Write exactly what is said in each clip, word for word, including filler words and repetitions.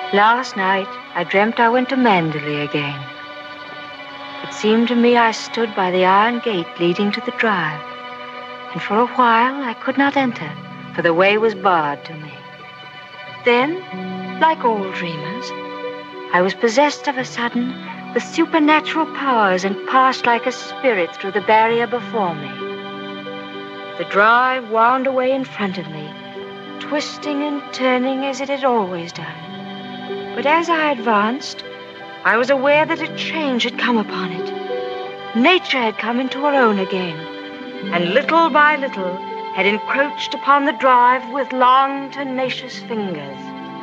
Last night, I dreamt I went to Manderley again. It seemed to me I stood by the iron gate leading to the drive, and for a while I could not enter, for the way was barred to me. Then, like all dreamers, I was possessed of a sudden with supernatural powers and passed like a spirit through the barrier before me. The drive wound away in front of me, twisting and turning as it had always done. But as I advanced, I was aware that a change had come upon it. Nature had come into her own again, and little by little had encroached upon the drive with long, tenacious fingers.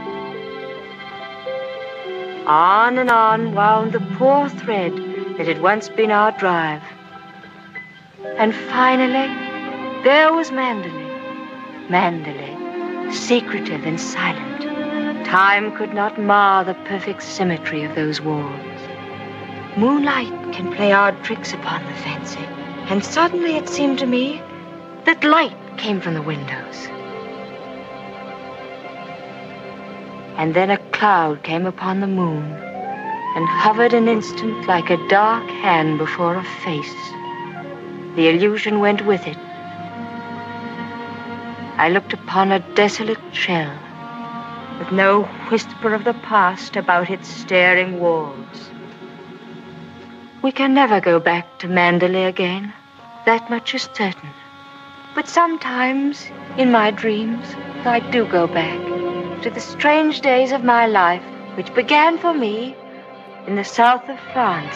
On and on wound the poor thread that had once been our drive. And finally, there was Manderley. Manderley, secretive and silent. Time could not mar the perfect symmetry of those walls. Moonlight can play odd tricks upon the fancy, and suddenly it seemed to me that light came from the windows. And then a cloud came upon the moon and hovered an instant like a dark hand before a face. The illusion went with it. I looked upon a desolate shell, with no whisper of the past about its staring walls. We can never go back to Manderley again, that much is certain. But sometimes, in my dreams, I do go back to the strange days of my life, which began for me in the south of France.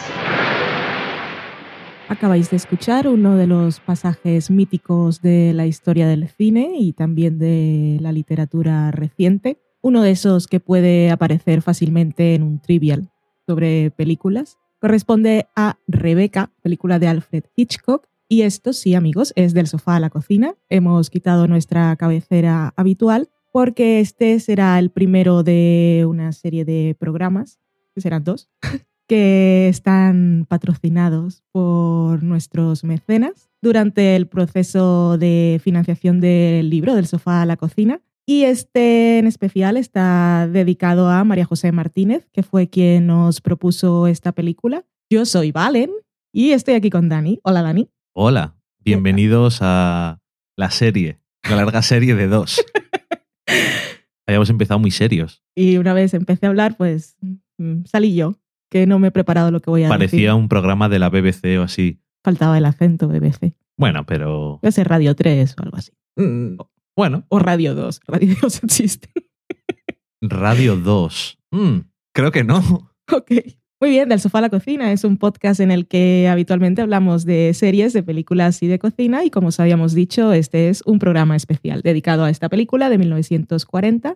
Acabáis de escuchar uno de los pasajes míticos de la historia del cine y también de la literatura reciente. Uno de esos que puede aparecer fácilmente en un trivial sobre películas. Corresponde a Rebecca, película de Alfred Hitchcock. Y esto, sí, amigos, es Del sofá a la cocina. Hemos quitado nuestra cabecera habitual porque este será el primero de una serie de programas, que serán dos, que están patrocinados por nuestros mecenas durante el proceso de financiación del libro Del sofá a la cocina. Y este en especial está dedicado a María José Martínez, que fue quien nos propuso esta película. Yo soy Valen y estoy aquí con Dani. Hola, Dani. Hola, bienvenidos a la serie, la larga serie de dos. Habíamos empezado muy serios. Y una vez empecé a hablar, pues salí yo, que no me he preparado lo que voy a Parecía decir. Parecía un programa de la B B C o así. Faltaba el acento B B C. Bueno, pero... Yo sé Radio tres o algo así. Mm, bueno. O Radio dos. Radio dos existe. Radio dos. Mm, creo que no. Ok. Muy bien, Del sofá a la cocina es un podcast en el que habitualmente hablamos de series, de películas y de cocina, y como os habíamos dicho, este es un programa especial dedicado a esta película de mil novecientos cuarenta,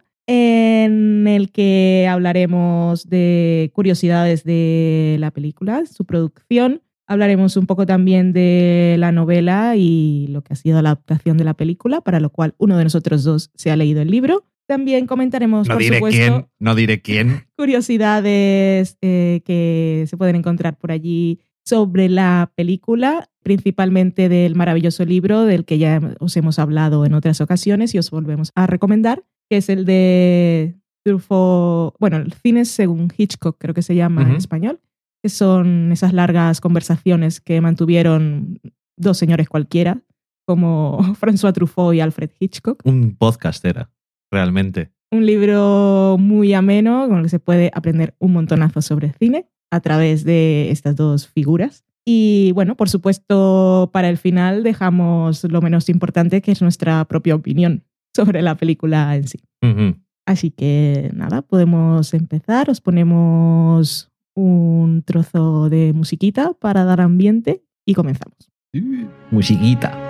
en el que hablaremos de curiosidades de la película, su producción, hablaremos un poco también de la novela y lo que ha sido la adaptación de la película, para lo cual uno de nosotros dos se ha leído el libro. También comentaremos, no por diré supuesto, quién, no diré quién. curiosidades eh, que se pueden encontrar por allí sobre la película, principalmente del maravilloso libro del que ya os hemos hablado en otras ocasiones y os volvemos a recomendar, que es el de Truffaut, bueno, el cine según Hitchcock, creo que se llama uh-huh. en español, que son esas largas conversaciones que mantuvieron dos señores cualquiera, como François Truffaut y Alfred Hitchcock. Un podcast era. Realmente. Un libro muy ameno con el que se puede aprender un montonazo sobre cine a través de estas dos figuras. Y bueno, por supuesto, para el final dejamos lo menos importante, que es nuestra propia opinión sobre la película en sí. Uh-huh. Así que nada, podemos empezar. Os ponemos un trozo de musiquita para dar ambiente y comenzamos. Uh, musiquita.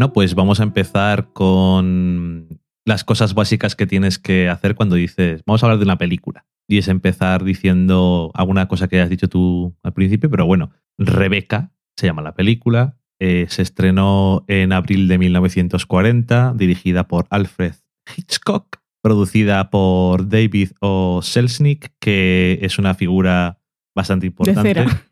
Bueno, pues vamos a empezar con las cosas básicas que tienes que hacer cuando dices, vamos a hablar de una película. Y es empezar diciendo alguna cosa que has dicho tú al principio, pero bueno, Rebecca se llama la película, eh, se estrenó en abril de mil novecientos cuarenta, dirigida por Alfred Hitchcock, producida por David O. Selznick, que es una figura bastante importante. De cera.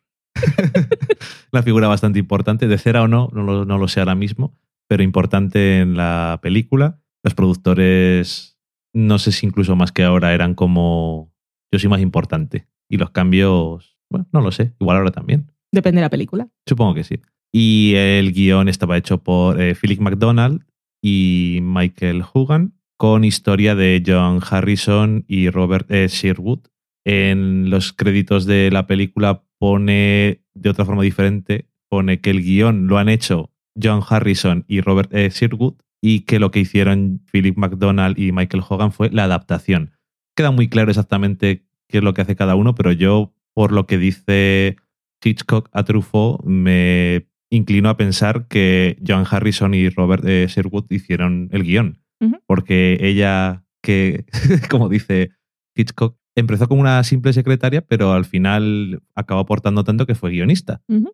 Una figura bastante importante, de cera o no, no lo, no lo sé ahora mismo, pero importante en la película. Los productores, no sé si incluso más que ahora, eran como yo soy más importante. Y los cambios, bueno, no lo sé, igual ahora también. Depende de la película. Supongo que sí. Y el guión estaba hecho por eh, Philip McDonald y Michael Hugan, con historia de John Harrison y Robert E. Sherwood. En los créditos de la película pone, de otra forma diferente, pone que el guión lo han hecho John Harrison y Robert E. Sherwood y que lo que hicieron Philip McDonald y Michael Hogan fue la adaptación. Queda muy claro exactamente qué es lo que hace cada uno, pero yo, por lo que dice Hitchcock a Truffaut, me inclino a pensar que John Harrison y Robert E. Sherwood hicieron el guión. Uh-huh. Porque ella, que como dice Hitchcock, empezó como una simple secretaria, pero al final acabó aportando tanto que fue guionista. Uh-huh.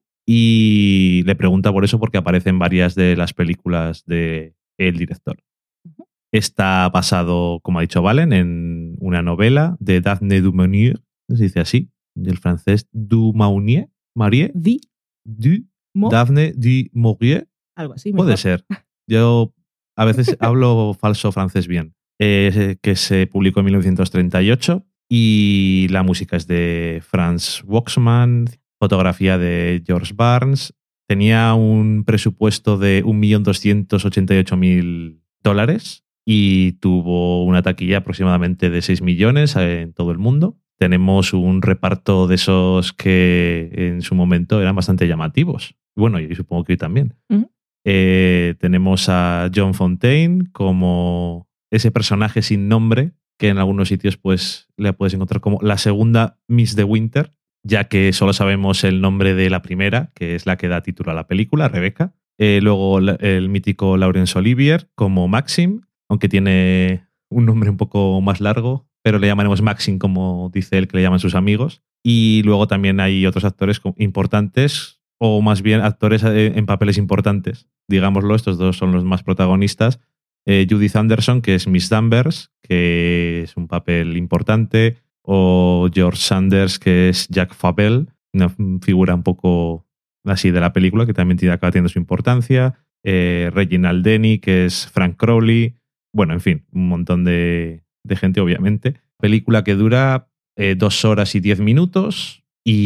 Y le pregunta por eso porque aparece en varias de las películas del director. Uh-huh. Está basado, como ha dicho Valen, en una novela de Daphne du Maurier, ¿se dice así? Del francés du Maurier. Maurier. Di. Du. Mo. Daphne du Maurier. Algo así. Puede mejor. Ser. Yo a veces hablo falso francés bien. Eh, que se publicó en mil novecientos treinta y ocho y la música es de Franz Waxman, fotografía de George Barnes. Tenía un presupuesto de un millón doscientos ochenta y ocho mil dólares y tuvo una taquilla aproximadamente de seis millones en todo el mundo. Tenemos un reparto de esos que en su momento eran bastante llamativos. Bueno, y supongo que hoy también. Uh-huh. Eh, tenemos a John Fontaine como ese personaje sin nombre que en algunos sitios pues le puedes encontrar como la segunda Miss de Winter, ya que solo sabemos el nombre de la primera, que es la que da título a la película, Rebecca. Eh, luego el mítico Laurence Olivier como Maxim, aunque tiene un nombre un poco más largo, pero le llamaremos Maxim como dice él que le llaman sus amigos. Y luego también hay otros actores importantes, o más bien actores en papeles importantes. Digámoslo, estos dos son los más protagonistas. Eh, Judith Anderson, que es Miss Danvers, que es un papel importante, o George Sanders, que es Jack Fabel, una figura un poco así de la película, que también tiene, acaba teniendo su importancia. Eh, Reginald Denny, que es Frank Crowley. Bueno, en fin, un montón de, de gente, obviamente. Película que dura eh, dos horas y diez minutos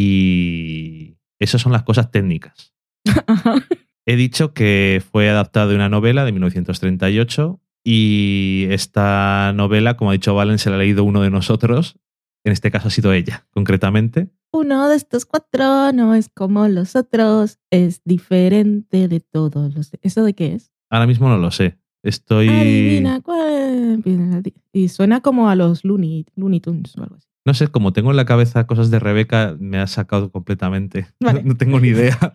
y esas son las cosas técnicas. He dicho que fue adaptado de una novela de mil novecientos treinta y ocho y esta novela, como ha dicho Valen, se la ha leído uno de nosotros. En este caso ha sido ella, concretamente. Uno de estos cuatro no es como los otros, es diferente de todos los... De... ¿Eso de qué es? Ahora mismo no lo sé. Estoy... Adivina cuál... Y suena como a los Looney, Looney Tunes o algo así. No sé, como tengo en la cabeza cosas de Rebecca, me has sacado completamente. Vale. No, no tengo ni idea.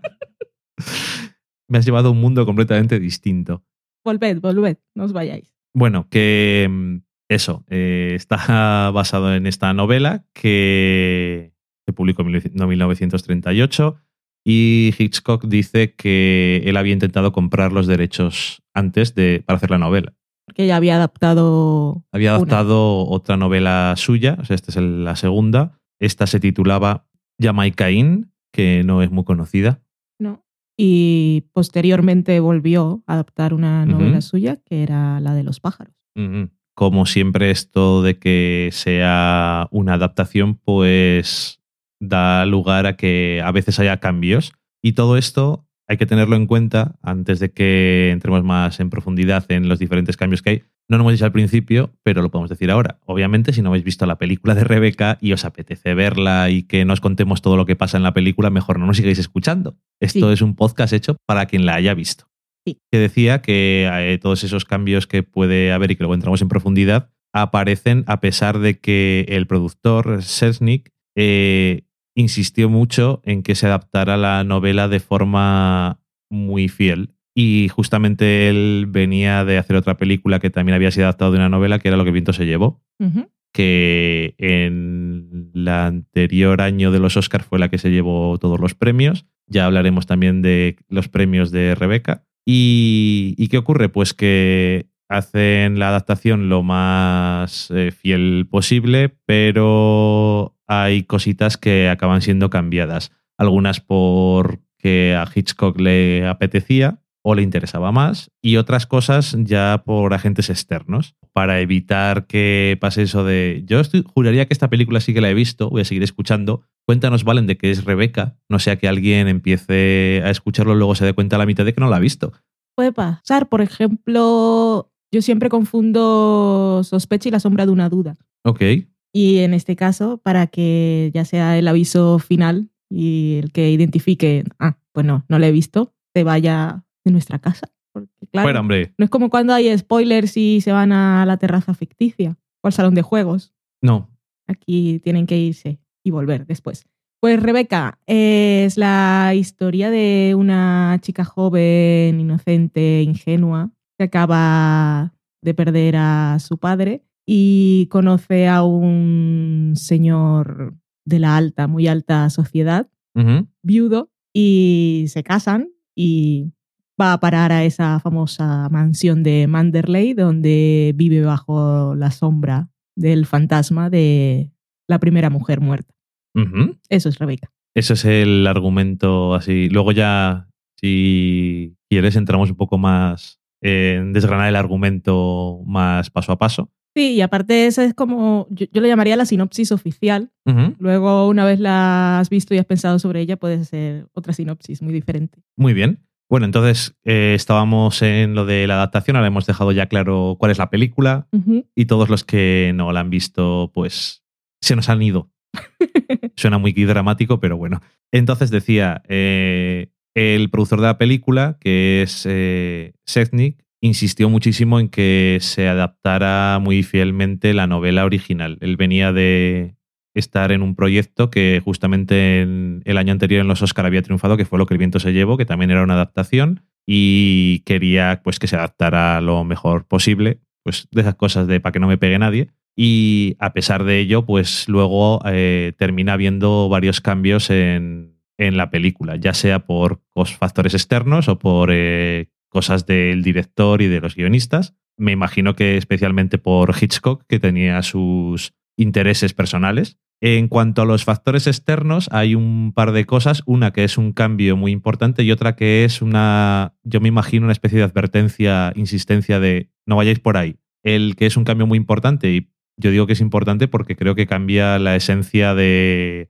Me has llevado a un mundo completamente distinto. Volved, volved, no os vayáis. Bueno, que eso, eh, está basado en esta novela que se publicó en mil novecientos treinta y ocho y Hitchcock dice que él había intentado comprar los derechos antes de, para hacer la novela. Que ya había adaptado... Había adaptado una. Otra novela suya, o sea, esta es la segunda. Esta se titulaba Jamaica Inn, que no es muy conocida. No. Y posteriormente volvió a adaptar una novela uh-huh. suya, que era la de los pájaros. Uh-huh. Como siempre, esto de que sea una adaptación, pues da lugar a que a veces haya cambios. Y todo esto hay que tenerlo en cuenta antes de que entremos más en profundidad en los diferentes cambios que hay. No lo hemos dicho al principio, pero lo podemos decir ahora. Obviamente, si no habéis visto la película de Rebecca y os apetece verla y que no os contemos todo lo que pasa en la película, mejor no nos sigáis escuchando. Esto sí. Es un podcast hecho para quien la haya visto. Sí. Que decía que eh, todos esos cambios que puede haber y que luego entramos en profundidad aparecen a pesar de que el productor Selznick eh, insistió mucho en que se adaptara la novela de forma muy fiel Y justamente él venía de hacer otra película que también había sido adaptada de una novela, que era Lo que el viento se llevó, Ujú. que en el anterior año de los Oscars fue la que se llevó todos los premios. Ya hablaremos también de los premios de Rebeca. ¿Y, ¿y qué ocurre? Pues que hacen la adaptación lo más eh, fiel posible, pero hay cositas que acaban siendo cambiadas. Algunas porque a Hitchcock le apetecía o le interesaba más, y otras cosas ya por agentes externos, para evitar que pase eso de yo estoy, juraría que esta película sí que la he visto, voy a seguir escuchando, cuéntanos, Valen, de que es Rebeca, no sea que alguien empiece a escucharlo y luego se dé cuenta a la mitad de que no la ha visto. Puede pasar, por ejemplo, yo siempre confundo sospecha y la sombra de una duda. Ok. Y en este caso, para que ya sea el aviso final y el que identifique, ah, pues no, no la he visto, se vaya de nuestra casa. Porque, claro, Fuera, hombre. no es como cuando hay spoilers y se van a la terraza ficticia o al salón de juegos. No. Aquí tienen que irse y volver después. Pues Rebeca es la historia de una chica joven, inocente, ingenua, que acaba de perder a su padre y conoce a un señor de la alta, muy alta sociedad, Uh-huh. viudo, y se casan y va a parar a esa famosa mansión de Manderley, donde vive bajo la sombra del fantasma de la primera mujer muerta. Uh-huh. Eso es Rebeca. Ese es el argumento así. Luego ya, si quieres, entramos un poco más en desgranar el argumento más paso a paso. Sí, y aparte esa es como, yo, yo le llamaría la sinopsis oficial. Uh-huh. Luego, una vez la has visto y has pensado sobre ella, puedes hacer otra sinopsis muy diferente. Muy bien. Bueno, entonces eh, estábamos en lo de la adaptación, ahora hemos dejado ya claro cuál es la película, Uh-huh. y todos los que no la han visto, pues se nos han ido. Suena muy dramático, pero bueno. Entonces decía, eh, el productor de la película, que es eh, Selznick, insistió muchísimo en que se adaptara muy fielmente la novela original. Él venía de estar en un proyecto que justamente en el año anterior en los Oscar había triunfado, que fue Lo que el viento se llevó, que también era una adaptación, y quería pues que se adaptara lo mejor posible, pues de esas cosas de para que no me pegue nadie. Y a pesar de ello, pues luego eh, termina habiendo varios cambios en, en la película, ya sea por factores externos o por eh, cosas del director y de los guionistas. Me imagino que especialmente por Hitchcock, que tenía sus intereses personales. En cuanto a los factores externos, hay un par de cosas. Una que es un cambio muy importante y otra que es una, yo me imagino, una especie de advertencia, insistencia de no vayáis por ahí. El que es un cambio muy importante, y yo digo que es importante porque creo que cambia la esencia de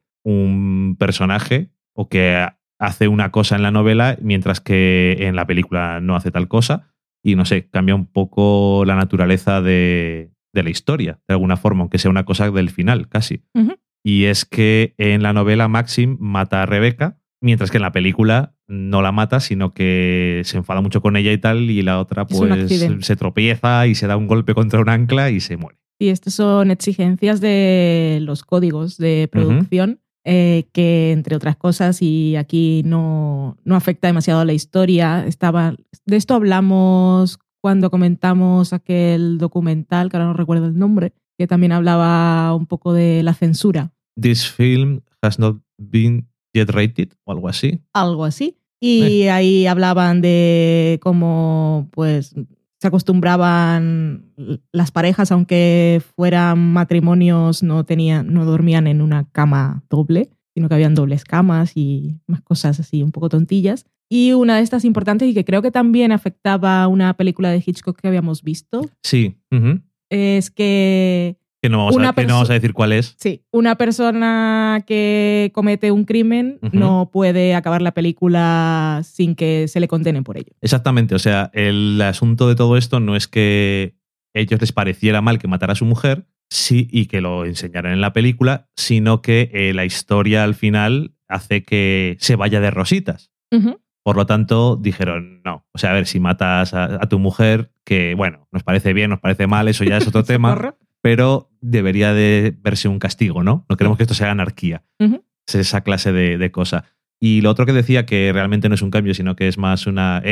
un personaje o que hace una cosa en la novela mientras que en la película no hace tal cosa, y no sé, cambia un poco la naturaleza de, de la historia, de alguna forma, aunque sea una cosa del final, casi. Uh-huh. Y es que en la novela Maxim mata a Rebeca, mientras que en la película no la mata, sino que se enfada mucho con ella y tal, y la otra pues se tropieza y se da un golpe contra un ancla y se muere. Y estas son exigencias de los códigos de producción, uh-huh. eh, que entre otras cosas, y aquí no, no afecta demasiado a la historia, estaba, de esto hablamos cuando comentamos aquel documental, que ahora no recuerdo el nombre, que también hablaba un poco de la censura. This film has not been yet rated, o algo así. Algo así. Y eh. ahí hablaban de cómo pues se acostumbraban las parejas, aunque fueran matrimonios, no tenían, no dormían en una cama doble, sino que habían dobles camas y más cosas así un poco tontillas. Y una de estas importantes, y que creo que también afectaba a una película de Hitchcock que habíamos visto, sí, uh-huh. es que Que no, vamos a, que no vamos a decir cuál es. Sí, una persona que comete un crimen uh-huh. no puede acabar la película sin que se le condene por ello. Exactamente, o sea, el asunto de todo esto no es que a ellos les pareciera mal que matara a su mujer, sí, y que lo enseñaran en la película, sino que eh, la historia al final hace que se vaya de rositas. Uh-huh. Por lo tanto, dijeron, no, o sea, a ver, si matas a, a tu mujer, que bueno, nos parece bien, nos parece mal, eso ya es otro tema, pero debería de verse un castigo, ¿no? No queremos que esto sea anarquía, uh-huh. es esa clase de, de cosa. Y lo otro que decía, que realmente no es un cambio, sino que es más una, eh,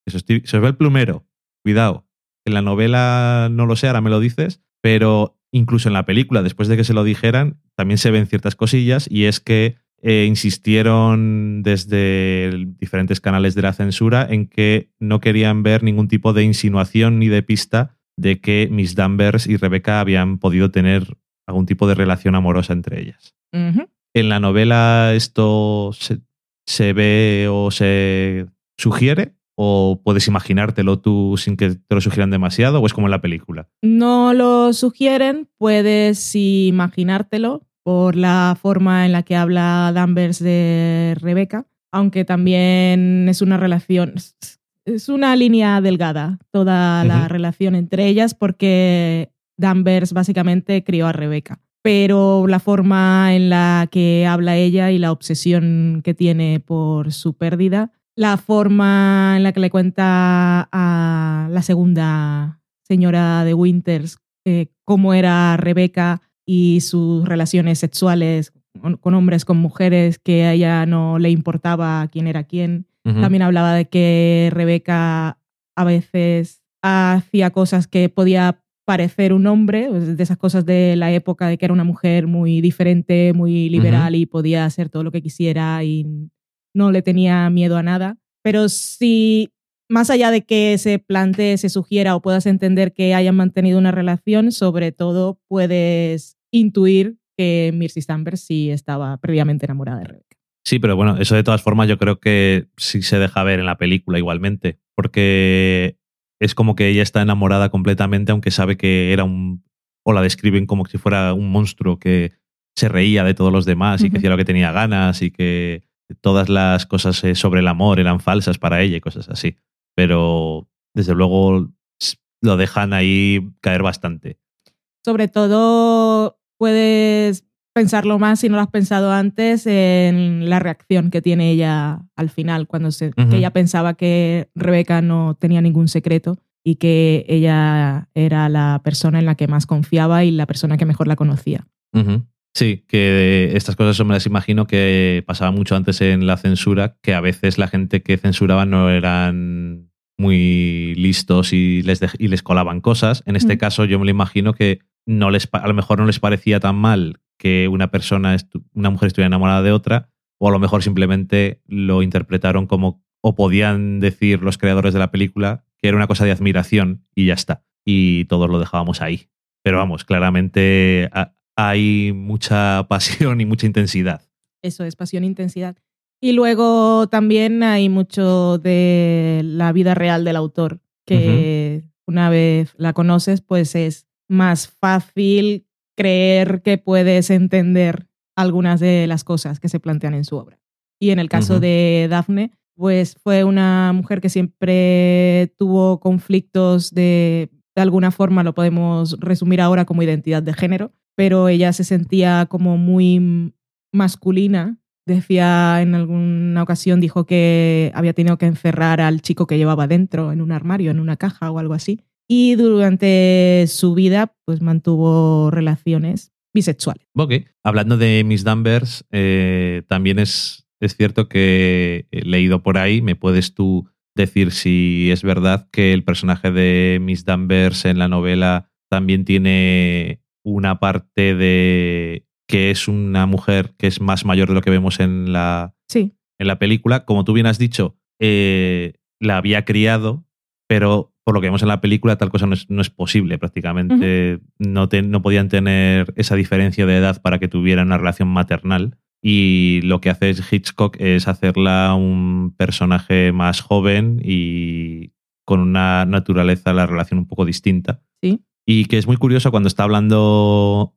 Se os, se os ve el plumero. Cuidado. En la novela no lo sé, ahora me lo dices, pero incluso en la película, después de que se lo dijeran, también se ven ciertas cosillas, y es que eh, insistieron desde diferentes canales de la censura en que no querían ver ningún tipo de insinuación ni de pista de que Miss Danvers y Rebecca habían podido tener algún tipo de relación amorosa entre ellas. Uh-huh. ¿En la novela esto se, se ve o se sugiere? ¿O puedes imaginártelo tú sin que te lo sugieran demasiado? ¿O es como en la película? No lo sugieren, puedes imaginártelo por la forma en la que habla Danvers de Rebecca, aunque también es una relación, es una línea delgada toda la uh-huh. relación entre ellas, porque Danvers básicamente crió a Rebecca. Pero la forma en la que habla ella y la obsesión que tiene por su pérdida, la forma en la que le cuenta a la segunda señora de Winters eh, cómo era Rebecca y sus relaciones sexuales con, con hombres, con mujeres, que a ella no le importaba quién era quién. Uh-huh. También hablaba de que Rebecca a veces hacía cosas que podía parecer un hombre, de esas cosas de la época de que era una mujer muy diferente, muy liberal, uh-huh. y podía hacer todo lo que quisiera y no le tenía miedo a nada. Pero si, más allá de que se plantee, se sugiera o puedas entender que hayan mantenido una relación, sobre todo puedes intuir que Myrsis Danvers sí estaba previamente enamorada de Rebecca. Sí, pero bueno, eso de todas formas yo creo que sí se deja ver en la película igualmente, porque es como que ella está enamorada completamente, aunque sabe que era un... o la describen como si fuera un monstruo que se reía de todos los demás, uh-huh. y que hacía lo que tenía ganas, y que todas las cosas sobre el amor eran falsas para ella y cosas así. Pero desde luego lo dejan ahí caer bastante. Sobre todo puedes pensarlo más, si no lo has pensado antes, en la reacción que tiene ella al final, cuando se, uh-huh. que ella pensaba que Rebecca no tenía ningún secreto y que ella era la persona en la que más confiaba y la persona que mejor la conocía. Uh-huh. Sí, que estas cosas yo me las imagino que pasaba mucho antes en la censura, que a veces la gente que censuraba no eran muy listos y les, de- y les colaban cosas. En este uh-huh. caso yo me lo imagino que no les, a lo mejor no les parecía tan mal que una persona, estu- una mujer estuviera enamorada de otra, o a lo mejor simplemente lo interpretaron como, o podían decir los creadores de la película, que era una cosa de admiración y ya está. Y todos lo dejábamos ahí. Pero vamos, claramente a, hay mucha pasión y mucha intensidad. Eso es, pasión e intensidad. Y luego también hay mucho de la vida real del autor, que uh-huh. una vez la conoces, pues es más fácil creer que puedes entender algunas de las cosas que se plantean en su obra. Y en el caso uh-huh. de Daphne, pues fue una mujer que siempre tuvo conflictos de, de alguna forma, lo podemos resumir ahora como identidad de género, pero ella se sentía como muy masculina. Decía en alguna ocasión, dijo que había tenido que encerrar al chico que llevaba dentro en un armario, en una caja o algo así. Y durante su vida pues mantuvo relaciones bisexuales. Ok. Hablando de Miss Danvers, eh, también es, es cierto que he leído por ahí, me puedes tú decir si es verdad que el personaje de Miss Danvers en la novela también tiene una parte de que es una mujer que es más mayor de lo que vemos en la, sí. en la película. Como tú bien has dicho, eh, la había criado, pero por lo que vemos en la película tal cosa no es, no es posible prácticamente. Uh-huh. No, te, no podían tener esa diferencia de edad para que tuvieran una relación maternal. Y lo que hace Hitchcock es hacerla un personaje más joven y con una naturaleza, la relación un poco distinta. Sí. Y que es muy curioso cuando está hablando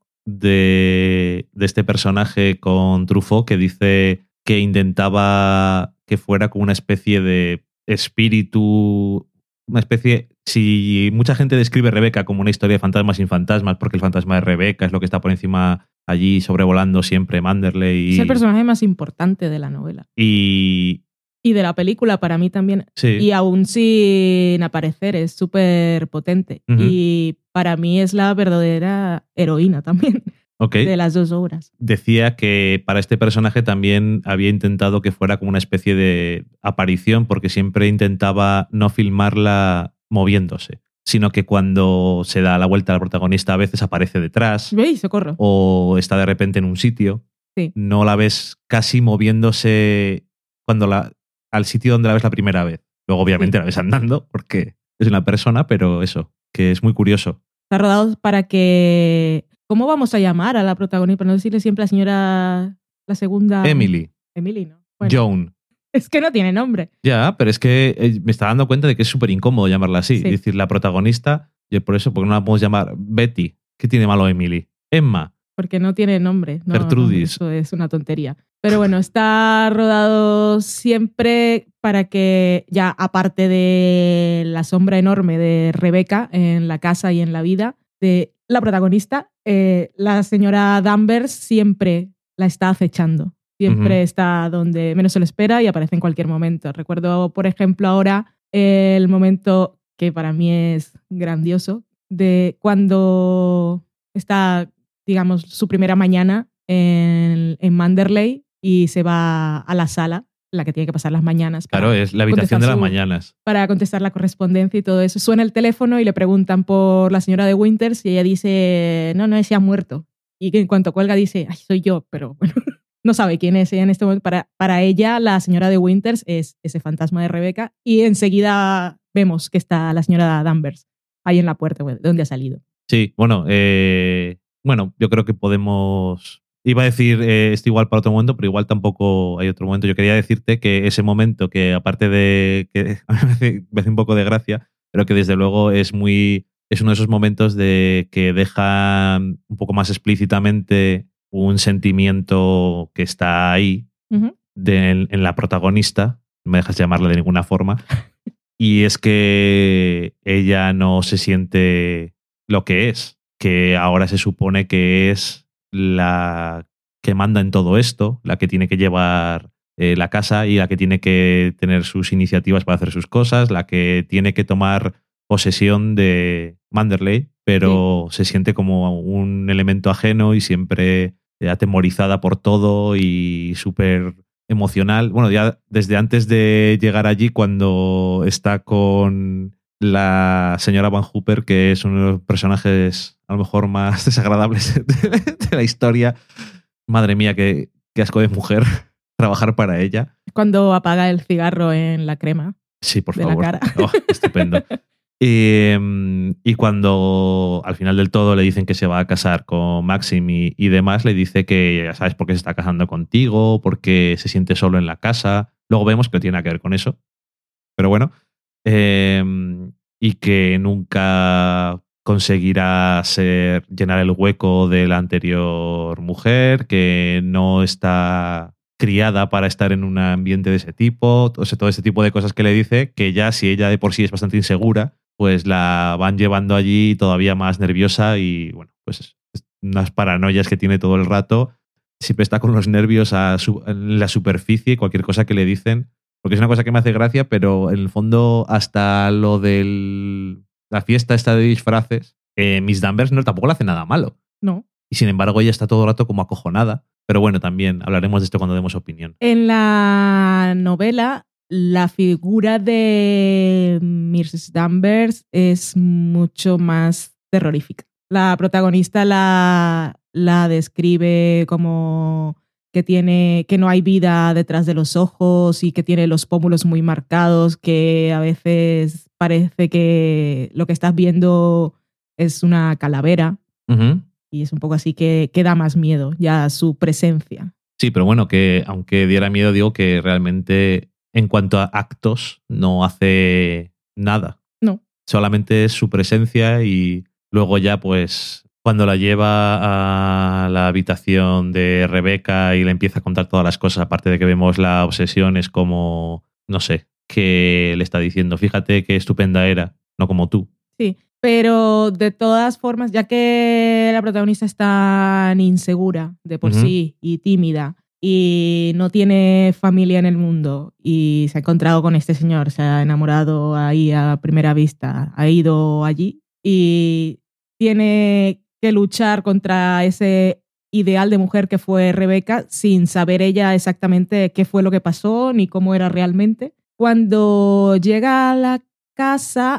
de, de este personaje con Truffaut, que dice que intentaba que fuera como una especie de espíritu, una especie... Si mucha gente describe Rebecca como una historia de fantasmas sin fantasmas, porque el fantasma de Rebecca es lo que está por encima allí sobrevolando siempre Manderley. Y, es el personaje más importante de la novela. Y... Y de la película para mí también. Sí. Y aún sin aparecer, es súper potente. Uh-huh. Y para mí es la verdadera heroína también. Okay. De las dos obras. Decía que para este personaje también había intentado que fuera como una especie de aparición, porque siempre intentaba no filmarla moviéndose, sino que cuando se da la vuelta al protagonista a veces aparece detrás. ¡Ey, socorro! O está de repente en un sitio. Sí. No la ves casi moviéndose cuando la, al sitio donde la ves la primera vez. Luego obviamente sí. La ves andando porque es una persona, pero eso, que es muy curioso. Está rodado para que... ¿Cómo vamos a llamar a la protagonista? Para no decirle siempre a la señora... La segunda... Emily. Emily, ¿no? Bueno, Joan. Es que no tiene nombre. Ya, pero es que me está dando cuenta de que es súper incómodo llamarla así. Sí. Es decir, la protagonista, y por eso, porque no la podemos llamar Betty. ¿Qué tiene malo Emily? Emma. Porque no tiene nombre. No, Gertrudis. No, eso es una tontería. Pero bueno, está rodado siempre para que, ya aparte de la sombra enorme de Rebecca en la casa y en la vida de la protagonista, eh, la señora Danvers siempre la está acechando. Siempre uh-huh. está donde menos se lo espera y aparece en cualquier momento. Recuerdo, por ejemplo, ahora el momento que para mí es grandioso, de cuando está, digamos, su primera mañana en, en Manderley y se va a la sala, la que tiene que pasar las mañanas. Claro, es la habitación de las su, mañanas. Para contestar la correspondencia y todo eso. Suena el teléfono y le preguntan por la señora de Winters y ella dice, no, no, ese ha muerto. Y que en cuanto cuelga dice, ay, soy yo, pero bueno, no sabe quién es ella en este momento. Para, para ella, la señora de Winters es ese fantasma de Rebecca y enseguida vemos que está la señora Danvers ahí en la puerta, de donde ha salido. Sí, bueno, eh, bueno, yo creo que podemos... Iba a decir eh, esto igual para otro momento, pero igual tampoco hay otro momento. Yo quería decirte que ese momento, que aparte de que a mí me hace, me hace un poco de gracia, pero que desde luego es muy es uno de esos momentos de que deja un poco más explícitamente un sentimiento que está ahí uh-huh. de, en, en la protagonista, no me dejas llamarla de ninguna forma, y es que ella no se siente lo que es, que ahora se supone que es la que manda en todo esto, la que tiene que llevar eh, la casa y la que tiene que tener sus iniciativas para hacer sus cosas, la que tiene que tomar posesión de Manderley, pero sí. se siente como un elemento ajeno y siempre atemorizada por todo y súper emocional. Bueno, ya desde antes de llegar allí, cuando está con la señora Van Hooper, que es uno de los personajes a lo mejor más desagradables de, de la historia. Madre mía, qué, qué asco de mujer trabajar para ella. Cuando apaga el cigarro en la crema. Sí, por de favor. La cara. Oh, estupendo. Y, y cuando al final del todo le dicen que se va a casar con Maxim y, y demás, le dice que ya sabes por qué se está casando contigo, porque se siente solo en la casa. Luego vemos que no tiene nada que ver con eso. Pero bueno. Eh, y que nunca conseguirá ser, llenar el hueco de la anterior mujer, que no está criada para estar en un ambiente de ese tipo, o sea, todo ese tipo de cosas que le dice, que ya si ella de por sí es bastante insegura, pues la van llevando allí todavía más nerviosa y bueno, pues unas paranoias que tiene todo el rato, siempre está con los nervios a su, en la superficie, cualquier cosa que le dicen, porque es una cosa que me hace gracia, pero en el fondo hasta lo de la fiesta esta de disfraces, eh, Miss Danvers no, tampoco le hace nada malo. No. Y sin embargo ella está todo el rato como acojonada. Pero bueno, también hablaremos de esto cuando demos opinión. En la novela, la figura de Miss Danvers es mucho más terrorífica. La protagonista la, la describe como que, tiene, que no hay vida detrás de los ojos y que tiene los pómulos muy marcados, que a veces parece que lo que estás viendo es una calavera. Uh-huh. Y es un poco así que, que da más miedo ya su presencia. Sí, pero bueno, que aunque diera miedo, digo que realmente en cuanto a actos no hace nada. No. Solamente es su presencia y luego ya pues cuando la lleva a la habitación de Rebecca y le empieza a contar todas las cosas, aparte de que vemos la obsesión, es como, no sé, que le está diciendo, fíjate qué estupenda era, no como tú. Sí. Pero de todas formas, ya que la protagonista es tan insegura de por uh-huh. sí y tímida y no tiene familia en el mundo y se ha encontrado con este señor, se ha enamorado ahí a primera vista, ha ido allí y tiene que luchar contra ese ideal de mujer que fue Rebeca sin saber ella exactamente qué fue lo que pasó ni cómo era realmente. Cuando llega a la casa,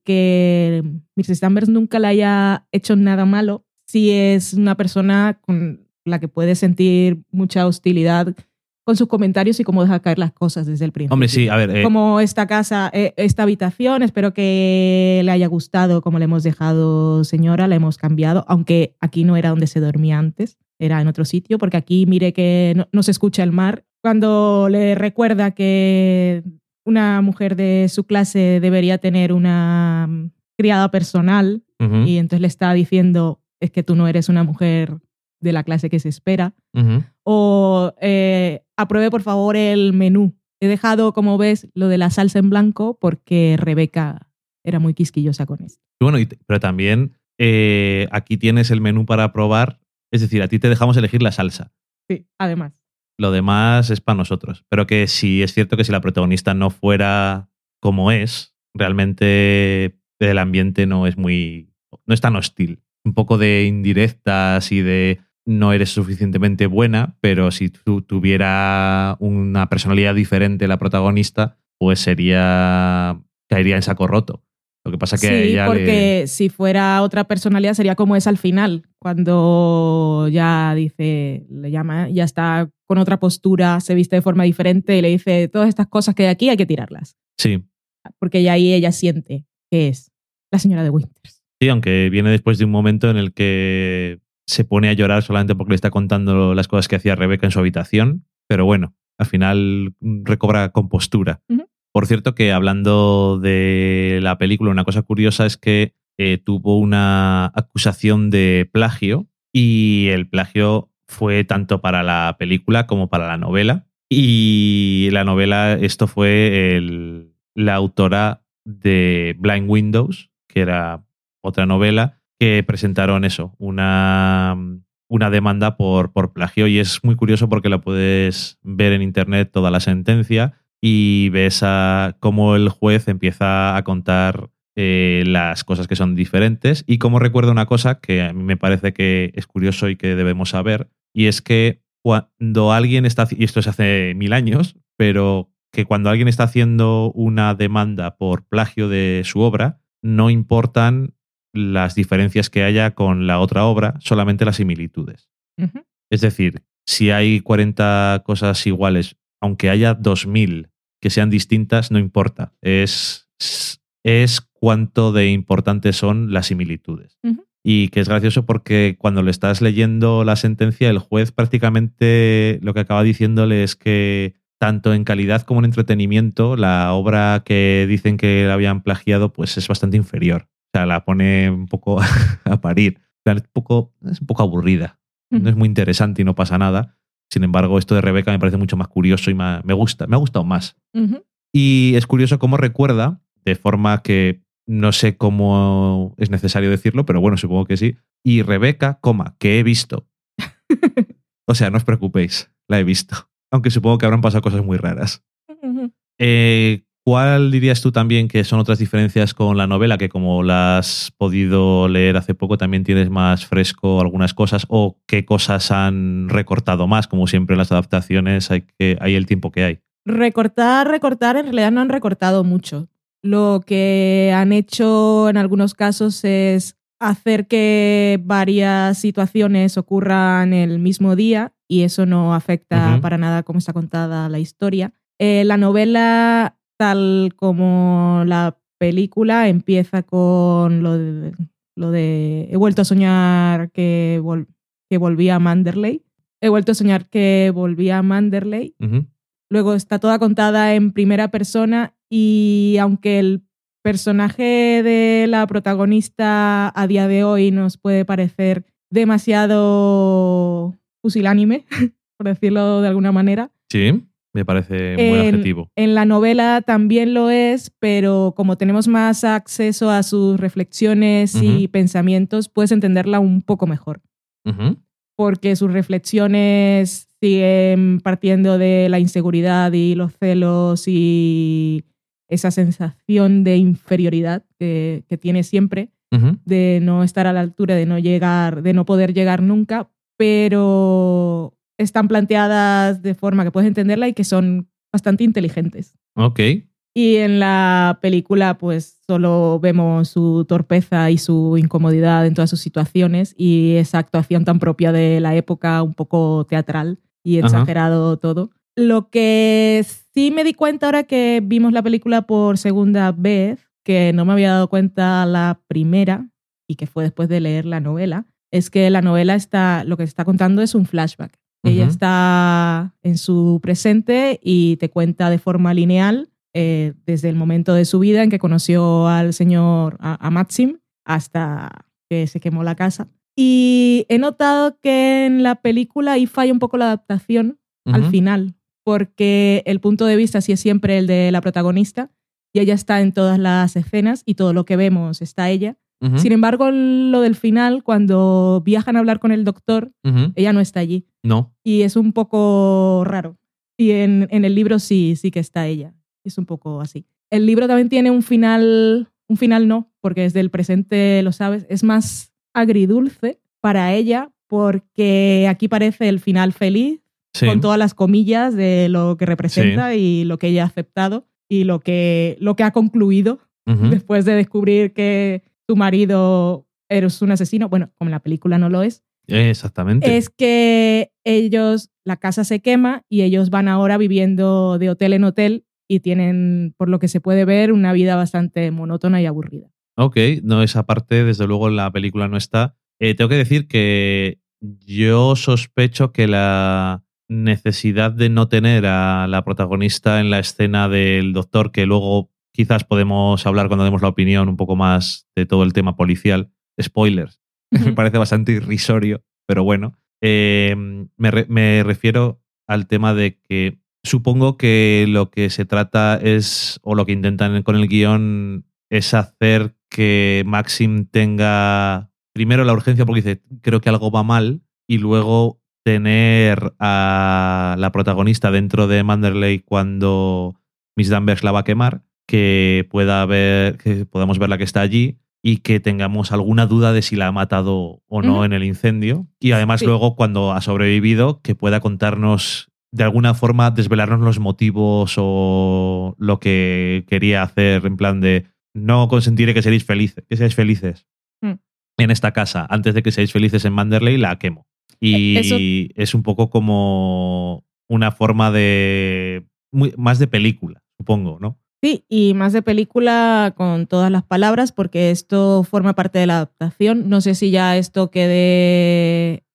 aunque missus Danvers nunca le haya hecho nada malo, sí es una persona con la que puede sentir mucha hostilidad con sus comentarios y cómo deja caer las cosas desde el principio. Hombre, sí, a ver. Eh, como esta casa, eh, esta habitación, espero que le haya gustado como le hemos dejado, señora, la hemos cambiado, aunque aquí no era donde se dormía antes, era en otro sitio, porque aquí mire que no, no se escucha el mar. Cuando le recuerda que una mujer de su clase debería tener una criada personal, uh-huh. y entonces le está diciendo, es que tú no eres una mujer de la clase que se espera. Uh-huh. O eh, apruebe por favor el menú. He dejado, como ves, lo de la salsa en blanco porque Rebeca era muy quisquillosa con esto. Bueno, y, pero también eh, aquí tienes el menú para probar, es decir, a ti te dejamos elegir la salsa. Sí, además. Lo demás es para nosotros. Pero que sí es cierto que si la protagonista no fuera como es, realmente el ambiente no es muy, no es tan hostil. Un poco de indirectas y de no eres suficientemente buena, pero si tú tuviera una personalidad diferente la protagonista, pues sería caería en saco roto. Lo que pasa que sí, ella porque le... si fuera otra personalidad sería como es al final, cuando ya dice, le llama, ya está con otra postura, se viste de forma diferente y le dice todas estas cosas que hay aquí hay que tirarlas. Sí. Porque ya ahí ella siente que es la señora de Winters. Sí, aunque viene después de un momento en el que se pone a llorar solamente porque le está contando las cosas que hacía Rebeca en su habitación, pero bueno, al final recobra compostura. Uh-huh. Por cierto que hablando de la película, una cosa curiosa es que eh, tuvo una acusación de plagio y el plagio fue tanto para la película como para la novela. Y la novela, esto fue el, la autora de Blind Windows, que era otra novela, que presentaron eso, una, una demanda por, por plagio, y es muy curioso porque la puedes ver en internet toda la sentencia y ves a cómo el juez empieza a contar eh, las cosas que son diferentes, y como recuerdo una cosa que a mí me parece que es curioso y que debemos saber, y es que cuando alguien está, y esto es hace mil años, pero que cuando alguien está haciendo una demanda por plagio de su obra, no importan las diferencias que haya con la otra obra, solamente las similitudes. Uh-huh. Es decir, si hay cuarenta cosas iguales, aunque haya dos mil que sean distintas, no importa. Es, es cuánto de importantes son las similitudes. Uh-huh. Y que es gracioso porque cuando le estás leyendo la sentencia, el juez prácticamente lo que acaba diciéndole es que tanto en calidad como en entretenimiento, la obra que dicen que la habían plagiado pues es bastante inferior. O sea, la pone un poco a parir. Es un poco, es un poco aburrida. No es muy interesante y no pasa nada. Sin embargo, esto de Rebeca me parece mucho más curioso y más, me gusta, me ha gustado más. Uh-huh. Y es curioso cómo recuerda, de forma que no sé cómo es necesario decirlo, pero bueno, supongo que sí. Y Rebeca, coma, que he visto. O sea, no os preocupéis, la he visto. Aunque supongo que habrán pasado cosas muy raras. Uh-huh. Eh, ¿Cuál dirías tú también que son otras diferencias con la novela, que como la has podido leer hace poco también tienes más fresco algunas cosas, o qué cosas han recortado más? Como siempre en las adaptaciones hay, que, hay el tiempo que hay. Recortar, recortar, en realidad no han recortado mucho. Lo que han hecho en algunos casos es hacer que varias situaciones ocurran el mismo día y eso no afecta uh-huh. para nada cómo está contada la historia. Eh, la novela, tal como la película, empieza con lo de, lo de he vuelto a soñar que, vol- que volvía a Manderley. He vuelto a soñar que volvía a Manderley. Uh-huh. Luego está toda contada en primera persona y aunque el personaje de la protagonista a día de hoy nos puede parecer demasiado pusilánime, por decirlo de alguna manera. Sí. Me parece un buen en, adjetivo. En la novela también lo es, pero como tenemos más acceso a sus reflexiones uh-huh. y pensamientos, puedes entenderla un poco mejor. Uh-huh. Porque sus reflexiones siguen partiendo de la inseguridad y los celos y esa sensación de inferioridad que, que tiene siempre, uh-huh. de no estar a la altura, de no llegar, de no poder llegar nunca, pero están planteadas de forma que puedes entenderla y que son bastante inteligentes. Ok. Y en la película pues solo vemos su torpeza y su incomodidad en todas sus situaciones y esa actuación tan propia de la época, un poco teatral y exagerado Ajá. todo. Lo que sí me di cuenta ahora que vimos la película por segunda vez, que no me había dado cuenta la primera y que fue después de leer la novela, es que la novela está, lo que está contando es un flashback. Uh-huh. Ella está en su presente y te cuenta de forma lineal eh, desde el momento de su vida en que conoció al señor, a, a Maxim, hasta que se quemó la casa. Y he notado que en la película ahí falla un poco la adaptación uh-huh. al final, porque el punto de vista sí es siempre el de la protagonista y ella está en todas las escenas y todo lo que vemos está ella. Uh-huh. Sin embargo, lo del final, cuando viajan a hablar con el doctor, uh-huh. ella no está allí. No. Y es un poco raro. Y en, en el libro sí, sí que está ella. Es un poco así. El libro también tiene un final, un final no, porque desde el presente lo sabes, es más agridulce para ella porque aquí parece el final feliz, sí. con todas las comillas de lo que representa sí. y lo que ella ha aceptado y lo que, lo que ha concluido uh-huh. después de descubrir que tu marido es un asesino. Bueno, como en la película no lo es. Exactamente. Es que ellos, la casa se quema y ellos van ahora viviendo de hotel en hotel y tienen, por lo que se puede ver, una vida bastante monótona y aburrida. Ok, no, esa parte desde luego en la película no está. Eh, tengo que decir que yo sospecho que la necesidad de no tener a la protagonista en la escena del doctor, que luego quizás podemos hablar cuando demos la opinión un poco más de todo el tema policial. Spoilers. Uh-huh. Me parece bastante irrisorio, pero bueno. Eh, me, re- me refiero al tema de que supongo que lo que se trata es, o lo que intentan con el guión, es hacer que Maxim tenga primero la urgencia porque dice, creo que algo va mal, y luego tener a la protagonista dentro de Manderley cuando Miss Danvers la va a quemar, que pueda ver, que podamos ver la que está allí y que tengamos alguna duda de si la ha matado o no uh-huh. en el incendio. Y además sí. luego, cuando ha sobrevivido, que pueda contarnos, de alguna forma, desvelarnos los motivos o lo que quería hacer, en plan de no consentiré que seáis felices, que seáis felices uh-huh. en esta casa. Antes de que seáis felices en Manderley, la quemo. Y Eso... es un poco como una forma de... Muy, más de película, supongo, ¿no? Sí, y más de película con todas las palabras, porque esto forma parte de la adaptación. No sé si ya esto quede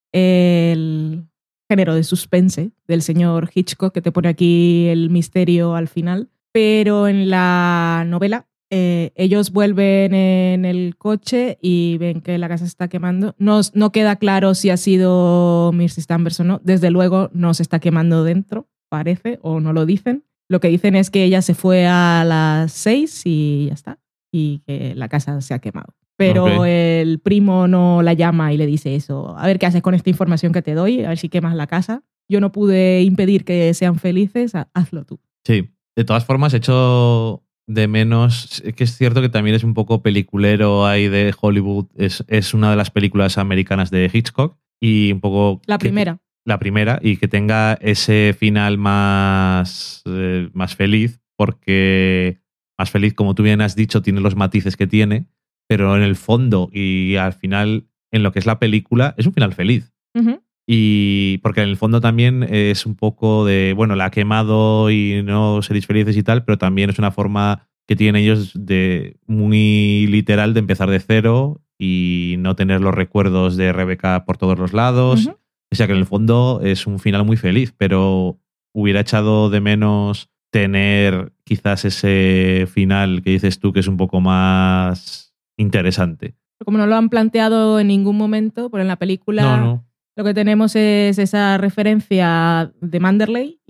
el género de suspense del señor Hitchcock, que te pone aquí el misterio al final, pero en la novela eh, ellos vuelven en el coche y ven que la casa se está quemando. No, no queda claro si ha sido Missus Danvers o no. Desde luego no se está quemando dentro, parece, o no lo dicen. Lo que dicen es que ella se fue a las seis y ya está, y que la casa se ha quemado. Pero okay. el primo no la llama y le dice eso. A ver qué haces con esta información que te doy, a ver si quemas la casa. Yo no pude impedir que sean felices, hazlo tú. Sí, de todas formas, echo de menos, que es cierto que también es un poco peliculero ahí de Hollywood, es, es una de las películas americanas de Hitchcock y un poco... La primera. Que, la primera, y que tenga ese final más, eh, más feliz, porque más feliz, como tú bien has dicho, tiene los matices que tiene, pero en el fondo y al final, en lo que es la película, es un final feliz. Uh-huh. Y porque en el fondo también es un poco de, bueno, la ha quemado y no seréis felices y tal, pero también es una forma que tienen ellos de muy literal de empezar de cero y no tener los recuerdos de Rebeca por todos los lados. Uh-huh. O sea que en el fondo es un final muy feliz, pero hubiera echado de menos tener quizás ese final que dices tú que es un poco más interesante. Como no lo han planteado en ningún momento, pero en la película no, no. lo que tenemos es esa referencia de Manderley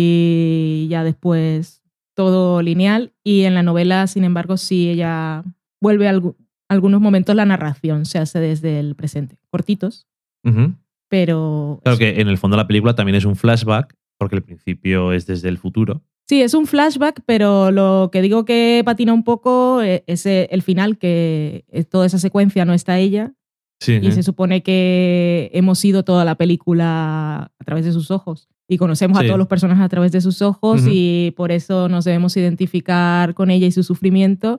y ya después todo lineal. Y en la novela, sin embargo, sí ella vuelve a alg- algunos momentos la narración, se hace desde el presente. Cortitos. Uh-huh. Pero... Claro que en el fondo la película también es un flashback, porque el principio es desde el futuro. Sí, es un flashback, pero lo que digo que patina un poco es el final, que toda esa secuencia no está ella. Sí, y ¿eh? se supone que hemos ido toda la película a través de sus ojos y conocemos Sí. a todos los personajes a través de sus ojos Ujú. y por eso nos debemos identificar con ella y su sufrimiento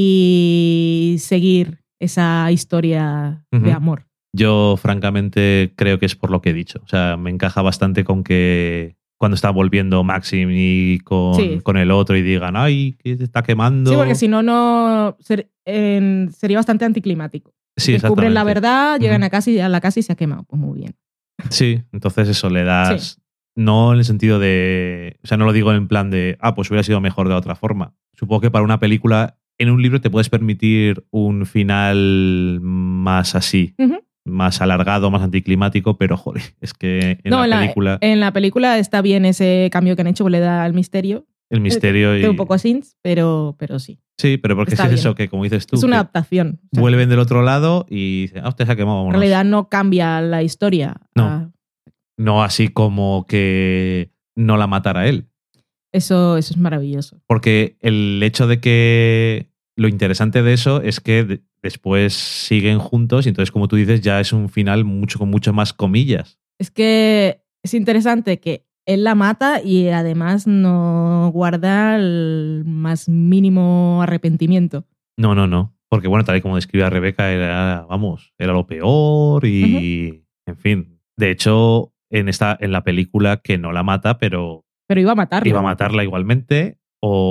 y seguir esa historia Ujú. de amor. Yo, francamente, creo que es por lo que he dicho. O sea, me encaja bastante con que cuando está volviendo Maxim y con, Sí. con el otro y digan, ay, que se está quemando. Sí, porque si no, no ser- en- sería bastante anticlimático. Sí, Descubren la exactamente. verdad, llegan Ujú. a casa y a la casa y se ha quemado. Pues muy bien. Sí, entonces eso le das. No en el sentido de. O sea, no lo digo en plan de. Ah, pues hubiera sido mejor de otra forma. Supongo que para una película, en un libro te puedes permitir un final más así, Ujú. más alargado, más anticlimático, pero joder, es que en No, la película en la película está bien ese cambio que han hecho, le da al misterio. el misterio y. Es un poco sins, pero, pero sí. Sí, pero porque está es bien. eso que, como dices tú, Es una que adaptación. O sea, vuelven del otro lado y dicen, ah, usted se ha quemado, en vámonos. realidad no cambia la historia. No. Ah, No así como que no la matara él. eso, eso es maravilloso. Porque el hecho de que lo interesante de eso es que de- después siguen juntos y entonces, como tú dices, ya es un final mucho con mucho más comillas. Es que es interesante que él la mata y además no guarda el más mínimo arrepentimiento. No, no, no. Porque bueno, tal y como describe a Rebeca, era, vamos, era lo peor y, en fin. De hecho, en, esta, en la película que no la mata, pero Pero iba a matarla. iba a matarla igualmente,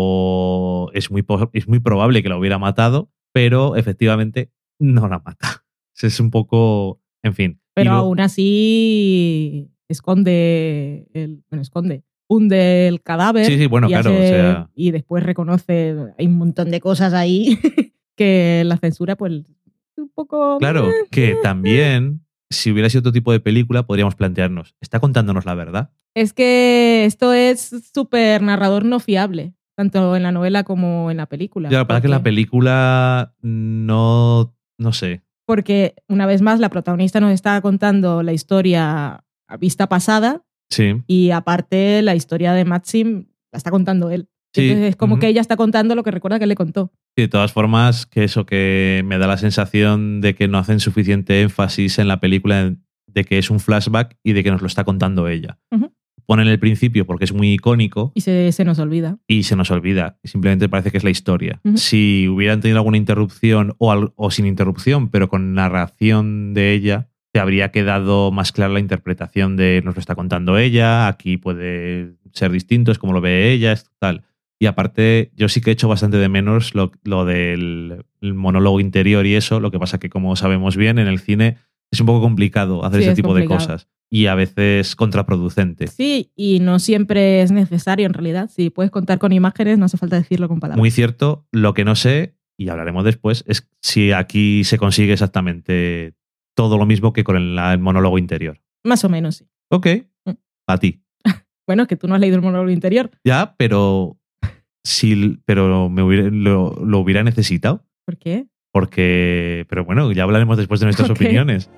o es muy, po- es muy probable que la hubiera matado, pero efectivamente no la mata. Es un poco, en fin. Y Pero lo- aún así esconde el, bueno, esconde, hunde el cadáver. Sí, sí, bueno, y claro, hace- o sea- y después reconoce, hay un montón de cosas ahí que la censura, pues, un poco. claro, que también, si hubiera sido otro tipo de película, podríamos plantearnos, ¿está contándonos la verdad? Es que esto es súper narrador no fiable, tanto en la novela como en la película. Ya, lo que pasa es que en la porque- película no, no sé. Porque, una vez más, la protagonista nos está contando la historia a vista pasada Sí, y, aparte, la historia de Maxim la está contando él. Sí, Entonces, es como ujú. que ella está contando lo que recuerda que él le contó. y de todas formas, que eso que me da la sensación de que no hacen suficiente énfasis en la película de que es un flashback y de que nos lo está contando ella. Ujú. Ponen el principio porque es muy icónico Y se, se nos olvida. y se nos olvida. Y simplemente parece que es la historia. Ujú. Si hubieran tenido alguna interrupción o, al- o sin interrupción, pero con narración de ella, te habría quedado más clara la interpretación de nos lo está contando ella, aquí puede ser distinto, es como lo ve ella, es tal. Y aparte, yo sí que he hecho bastante de menos lo, lo del el monólogo interior y eso. Lo que pasa que, como sabemos bien, en el cine es un poco complicado hacer Sí, ese es tipo complicado. de cosas. Y a veces contraproducente. Sí, y no siempre es necesario, en realidad. Si puedes contar con imágenes, no hace falta decirlo con palabras. Muy cierto. Lo que no sé, y hablaremos después, es si aquí se consigue exactamente todo lo mismo que con el, el monólogo interior. Más o menos, sí. Ok, Mm. a ti. Bueno, es que tú no has leído el monólogo interior. Ya, pero, si, pero me hubiera- lo, lo hubiera necesitado. ¿Por qué? Porque, pero bueno, ya hablaremos después de nuestras Ok. opiniones.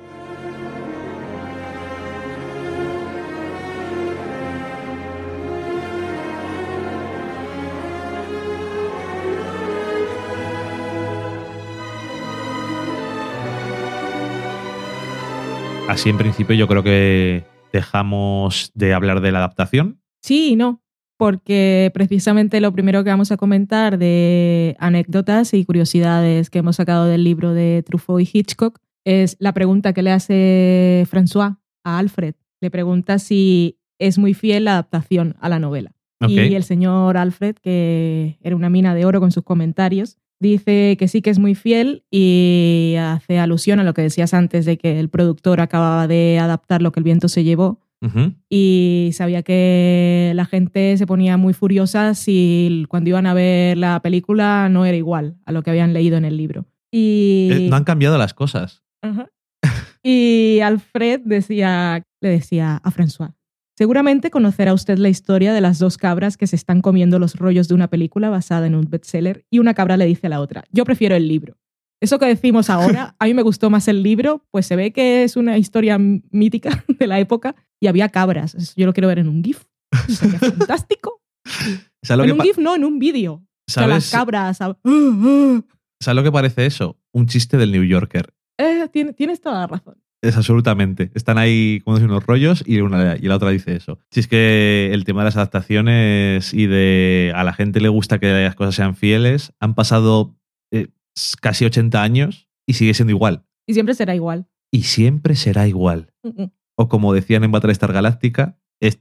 Así en principio yo creo que dejamos de hablar de la adaptación. Sí y no, porque precisamente lo primero que vamos a comentar de anécdotas y curiosidades que hemos sacado del libro de Truffaut y Hitchcock es la pregunta que le hace François a Alfred. Le pregunta si es muy fiel la adaptación a la novela. Ok. Y el señor Alfred, que era una mina de oro con sus comentarios, dice que sí que es muy fiel y hace alusión a lo que decías antes de que el productor acababa de adaptar Lo que el viento se llevó Ujú. y sabía que la gente se ponía muy furiosa si cuando iban a ver la película no era igual a lo que habían leído en el libro. Y, Eh, no han cambiado las cosas. Ajá. Y Alfred decía, le decía a François, seguramente conocerá usted la historia de las dos cabras que se están comiendo los rollos de una película basada en un bestseller y una cabra le dice a la otra, yo prefiero el libro. Eso que decimos ahora, a mí me gustó más el libro, pues se ve que es una historia mítica de la época y había cabras. Eso yo lo quiero ver en un GIF. Sería fantástico. ¿Sabes lo En que un pa- GIF, no, en un vídeo. O sea, las ¿Sabes? cabras. a- ¿Sabes lo que parece eso? Un chiste del New Yorker. Eh, tienes, tienes toda la razón. Es absolutamente. Están ahí como unos rollos y, una, y la otra dice eso. Si es que el tema de las adaptaciones y de a la gente le gusta que las cosas sean fieles, han pasado eh, casi ochenta años y sigue siendo igual. Y siempre será igual. Y siempre será igual. Uh-uh. O como decían en Battlestar Galáctica,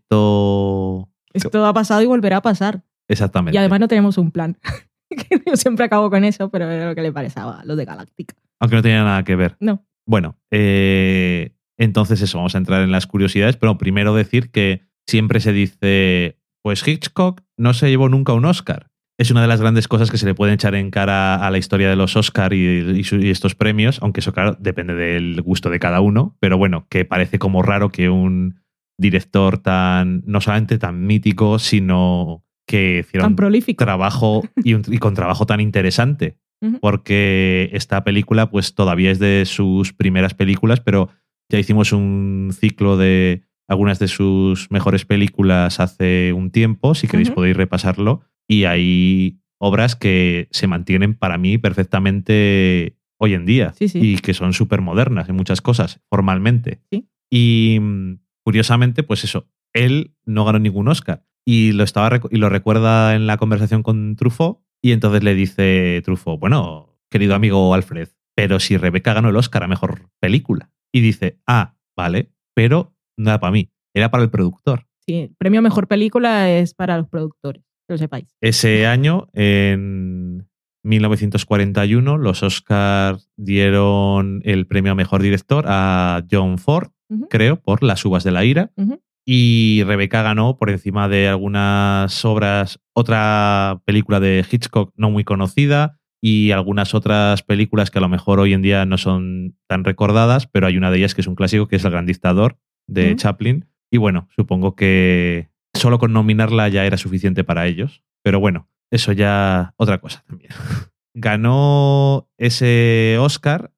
esto... Esto ha pasado y volverá a pasar. Exactamente. Y además no tenemos un plan. Yo siempre acabo con eso, pero era lo que le parecía a los de Galáctica. Aunque no tenía nada que ver. No. Bueno, eh, entonces eso, vamos a entrar en las curiosidades, pero primero decir que siempre se dice, pues Hitchcock no se llevó nunca un Oscar. Es una de las grandes cosas que se le pueden echar en cara a la historia de los Oscar y, y, y estos premios, aunque eso, claro, depende del gusto de cada uno, pero bueno, que parece como raro que un director tan, no solamente tan mítico, sino que hiciera tan un prolífico. trabajo y, un, y con trabajo tan interesante. Uh-huh. Porque esta película pues todavía es de sus primeras películas, pero ya hicimos un ciclo de algunas de sus mejores películas hace un tiempo, si queréis uh-huh. podéis repasarlo, y hay obras que se mantienen para mí perfectamente hoy en día sí, sí. y que son súper modernas en muchas cosas, formalmente. Sí. Y curiosamente, pues eso, él no ganó ningún Oscar y lo, estaba, y lo recuerda en la conversación con Truffaut. Y entonces le dice Truffaut, bueno, querido amigo Alfred, pero si Rebeca ganó el Oscar a Mejor Película. Y dice, ah, vale, pero no era para mí, era para el productor. Sí, el premio a Mejor Película es para los productores, que lo sepáis. Ese año, en mil novecientos cuarenta y uno, los Oscars dieron el premio a Mejor Director a John Ford, uh-huh. creo, por Las uvas de la ira. Uh-huh. Y Rebeca ganó por encima de algunas obras, otra película de Hitchcock no muy conocida y algunas otras películas que a lo mejor hoy en día no son tan recordadas, pero hay una de ellas que es un clásico, que es El Gran Dictador, de uh-huh. Chaplin. Y bueno, supongo que solo con nominarla ya era suficiente para ellos. Pero bueno, eso ya otra cosa también. Ganó ese Oscar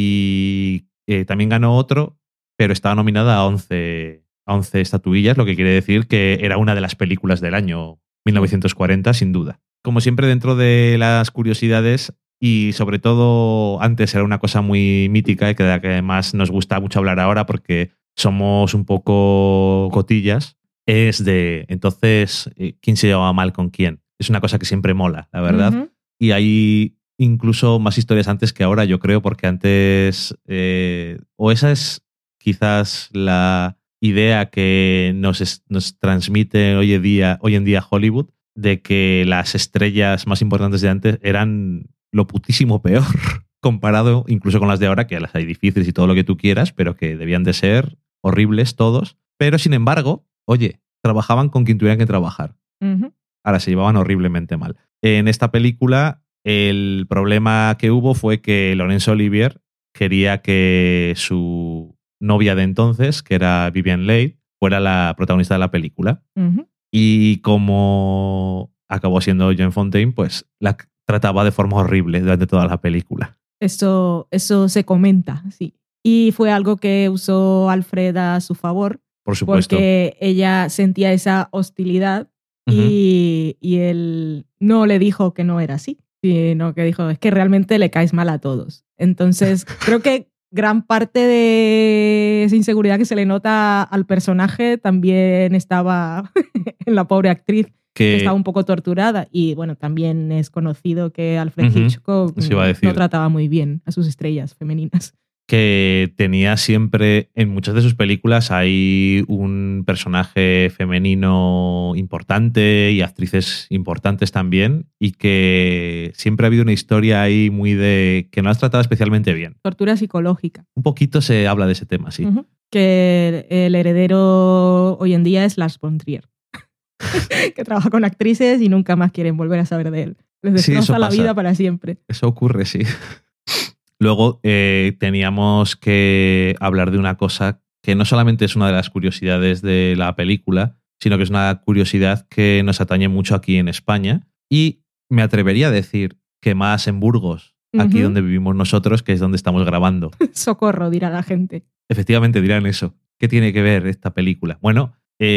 y eh, también ganó otro, pero estaba nominada a once... once estatuillas, lo que quiere decir que era una de las películas del año mil novecientos cuarenta, sin duda. Como siempre, dentro de las curiosidades, y sobre todo antes era una cosa muy mítica y que además nos gusta mucho hablar ahora porque somos un poco cotillas, es de, entonces, ¿quién se llevaba mal con quién? Es una cosa que siempre mola, la verdad. Uh-huh. Y hay incluso más historias antes que ahora, yo creo, porque antes, eh, o esa es quizás la idea que nos, es, nos transmite hoy en, día, hoy en día Hollywood, de que las estrellas más importantes de antes eran lo putísimo peor, comparado incluso con las de ahora, que las hay difíciles y todo lo que tú quieras, pero que debían de ser horribles todos. Pero sin embargo, oye, trabajaban con quien tuvieran que trabajar. Uh-huh. Ahora se llevaban horriblemente mal. En esta película, el problema que hubo fue que Laurence Olivier quería que su novia de entonces, que era Vivien Leigh, fuera la protagonista de la película. Uh-huh. Y como acabó siendo Jane Fontaine, pues la trataba de forma horrible durante toda la película. Eso, eso se comenta, sí. Y fue algo que usó Alfred a su favor. Por supuesto. Porque ella sentía esa hostilidad uh-huh. y, y él no le dijo que no era así, sino que dijo, es que realmente le caes mal a todos. Entonces, creo que gran parte de esa inseguridad que se le nota al personaje también estaba en la pobre actriz, que, que estaba un poco torturada. Y bueno, también es conocido que Alfred uh-huh. Hitchcock no trataba muy bien a sus estrellas femeninas. Que tenía siempre, en muchas de sus películas hay un personaje femenino importante y actrices importantes también, y que siempre ha habido una historia ahí muy de que no las trataba especialmente bien. Tortura psicológica. Un poquito se habla de ese tema, sí. Uh-huh. Que el heredero hoy en día es Lars von Trier, que trabaja con actrices y nunca más quieren volver a saber de él. Les destroza sí, la pasa. vida para siempre. Eso ocurre, sí. Luego eh, teníamos que hablar de una cosa que no solamente es una de las curiosidades de la película, sino que es una curiosidad que nos atañe mucho aquí en España. Y me atrevería a decir que más en Burgos, uh-huh. aquí donde vivimos nosotros, que es donde estamos grabando. Socorro, dirá la gente. Efectivamente, dirán eso. ¿Qué tiene que ver esta película? Bueno,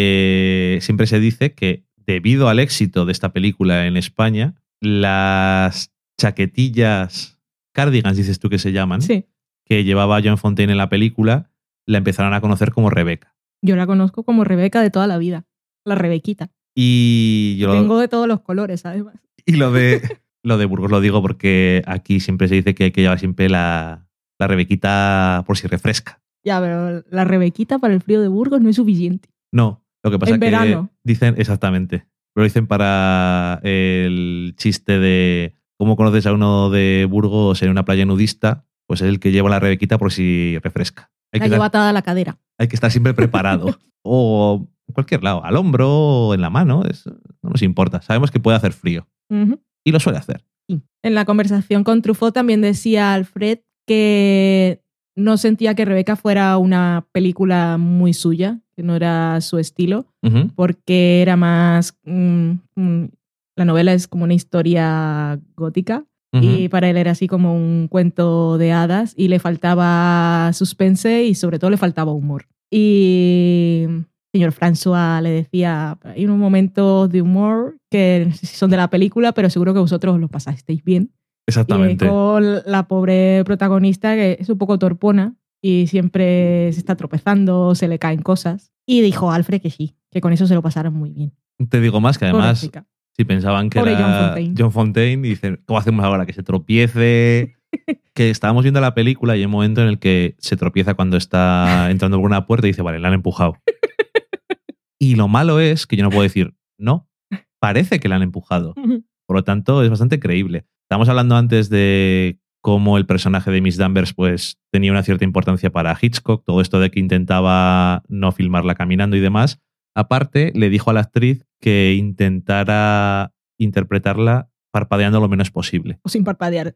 eh, siempre se dice que debido al éxito de esta película en España, las chaquetillas... cardigans, dices tú que se llaman, sí. que llevaba John Fontaine en la película la empezaron a conocer como Rebeca. Yo la conozco como Rebeca de toda la vida, la Rebequita. Y yo Tengo lo, de todos los colores, además. y lo de lo de Burgos lo digo porque aquí siempre se dice que hay que llevar siempre la, la Rebequita por si refresca. Ya, pero la Rebequita para el frío de Burgos no es suficiente. No, lo que pasa En es que verano. dicen exactamente. Lo dicen para el chiste de cómo conoces a uno de Burgos en una playa nudista, pues es el que lleva la Rebequita por si refresca. Hay La que lleva estar, atada a la cadera. hay que estar siempre preparado. O en cualquier lado, al hombro o en la mano, es, no nos importa. Sabemos que puede hacer frío. Uh-huh. Y lo suele hacer. Sí. En la conversación con Truffaut también decía Alfred que no sentía que Rebeca fuera una película muy suya, que no era su estilo, Uh-huh. porque era más... Mm, mm, la novela es como una historia gótica. Uh-huh. Y para él era así como un cuento de hadas y le faltaba suspense y sobre todo le faltaba humor. Y el señor François le decía, hay unos momentos de humor que no sé si son de la película, pero seguro que vosotros los pasasteis bien. Exactamente. Y con la pobre protagonista que es un poco torpona y siempre se está tropezando, se le caen cosas. Y dijo Alfred que sí, que con eso se lo pasaron muy bien. Te digo más que además... Pobrecita. Si pensaban que Pobre era John Fontaine. John Fontaine, y dicen, ¿cómo hacemos ahora? Que se tropiece. Que estábamos viendo la película y hay un momento en el que se tropieza cuando está entrando por una puerta y dice, vale, la han empujado. Y lo malo es que yo no puedo decir, no, parece que la han empujado. Por lo tanto, es bastante creíble. Estamos hablando antes de cómo el personaje de Miss Danvers pues, tenía una cierta importancia para Hitchcock, todo esto de que intentaba no filmarla caminando y demás. Aparte, le dijo a la actriz que intentara interpretarla parpadeando lo menos posible. O sin parpadear.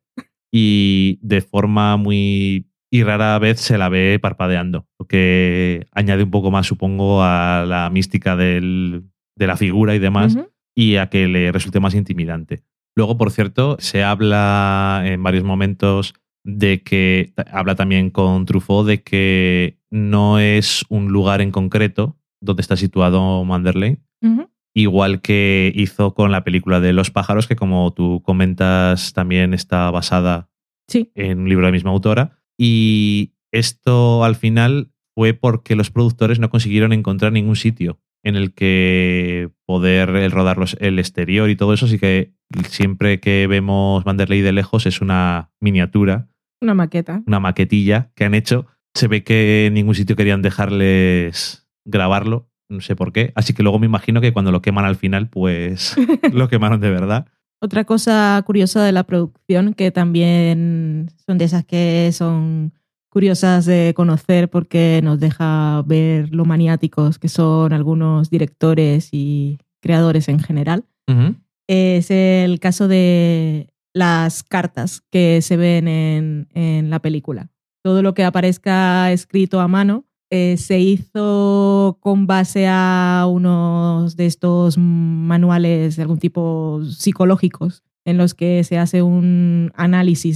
Y de forma muy... Y rara vez se la ve parpadeando, lo que añade un poco más, supongo, a la mística del, de la figura y demás, Uh-huh. y a que le resulte más intimidante. Luego, por cierto, se habla en varios momentos de que... Habla también con Truffaut de que no es un lugar en concreto donde está situado Manderley, Uh-huh. igual que hizo con la película de Los pájaros, que como tú comentas también está basada Sí. en un libro de la misma autora. Y esto al final fue porque los productores no consiguieron encontrar ningún sitio en el que poder rodar los, el exterior y todo eso, así que siempre que vemos Manderley de lejos es una miniatura, Una maqueta. una maquetilla que han hecho. Se ve que en ningún sitio querían dejarles grabarlo, no sé por qué. Así que luego me imagino que cuando lo queman al final, pues lo quemaron de verdad. Otra cosa curiosa de la producción, que también son de esas que son curiosas de conocer porque nos deja ver lo maniáticos que son algunos directores y creadores en general, Uh-huh. es el caso de las cartas que se ven en, en la película. Todo lo que aparezca escrito a mano eh, se hizo con base a unos de estos manuales de algún tipo psicológicos en los que se hace un análisis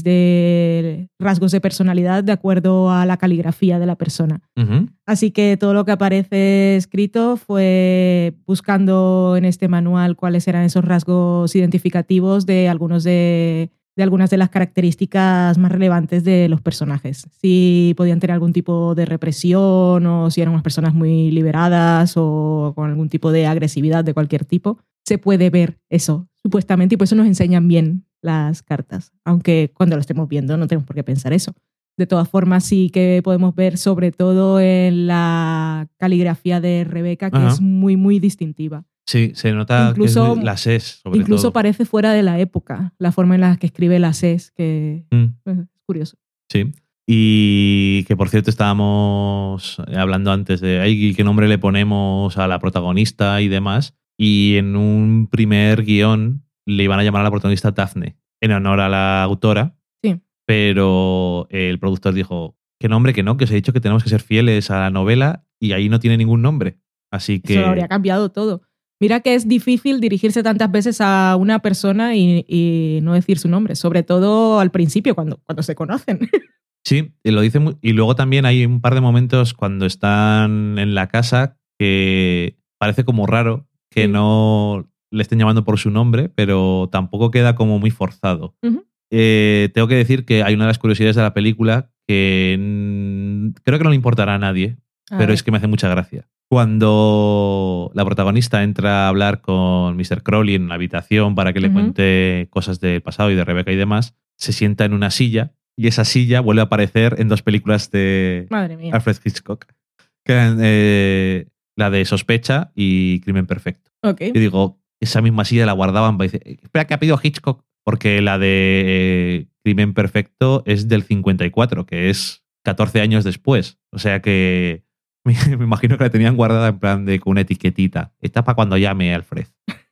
de rasgos de personalidad de acuerdo a la caligrafía de la persona. Uh-huh. Así que todo lo que aparece escrito fue buscando en este manual cuáles eran esos rasgos identificativos de algunos de, de algunas de las características más relevantes de los personajes. Si podían tener algún tipo de represión o si eran unas personas muy liberadas o con algún tipo de agresividad de cualquier tipo. Se puede ver eso, supuestamente, y por eso nos enseñan bien las cartas. Aunque cuando lo estemos viendo no tenemos por qué pensar eso. De todas formas, sí que podemos ver, sobre todo en la caligrafía de Rebeca, que Ajá. es muy, muy distintiva. Sí, se nota Incluso- que es las es, sobre Incluso todo. parece fuera de la época, la forma en la que escribe las es, que Mm, es curioso. sí. Y que, por cierto, estábamos hablando antes de ay, qué nombre le ponemos a la protagonista y demás. Y en un primer guión le iban a llamar a la protagonista Daphne, en honor a la autora. Sí. Pero el productor dijo, ¿qué nombre? Que no, que os he dicho que tenemos que ser fieles a la novela y ahí no tiene ningún nombre. Así que... Eso lo habría cambiado todo. Mira que es difícil dirigirse tantas veces a una persona y, y no decir su nombre, sobre todo al principio, cuando, cuando se conocen. Sí, y lo dice muy- y luego también hay un par de momentos cuando están en la casa que parece como raro que Sí. no le estén llamando por su nombre, pero tampoco queda como muy forzado. Ujú. Eh, tengo que decir que hay una de las curiosidades de la película que mm, creo que no le importará a nadie, A pero ver. es que me hace mucha gracia. Cuando la protagonista entra a hablar con mister Crowley en la habitación para que le Ujú. cuente cosas del pasado y de Rebecca y demás, se sienta en una silla y esa silla vuelve a aparecer en dos películas de Madre mía. Alfred Hitchcock, que eran eh, la de Sospecha y Crimen Perfecto. Ok. Y digo, esa misma silla la guardaban para decir, espera, que ha pedido Hitchcock. Porque la de eh, Crimen Perfecto es del cincuenta y cuatro, que es catorce años después. O sea que me, me imagino que la tenían guardada en plan de con una etiquetita. Esta para cuando llame Alfred.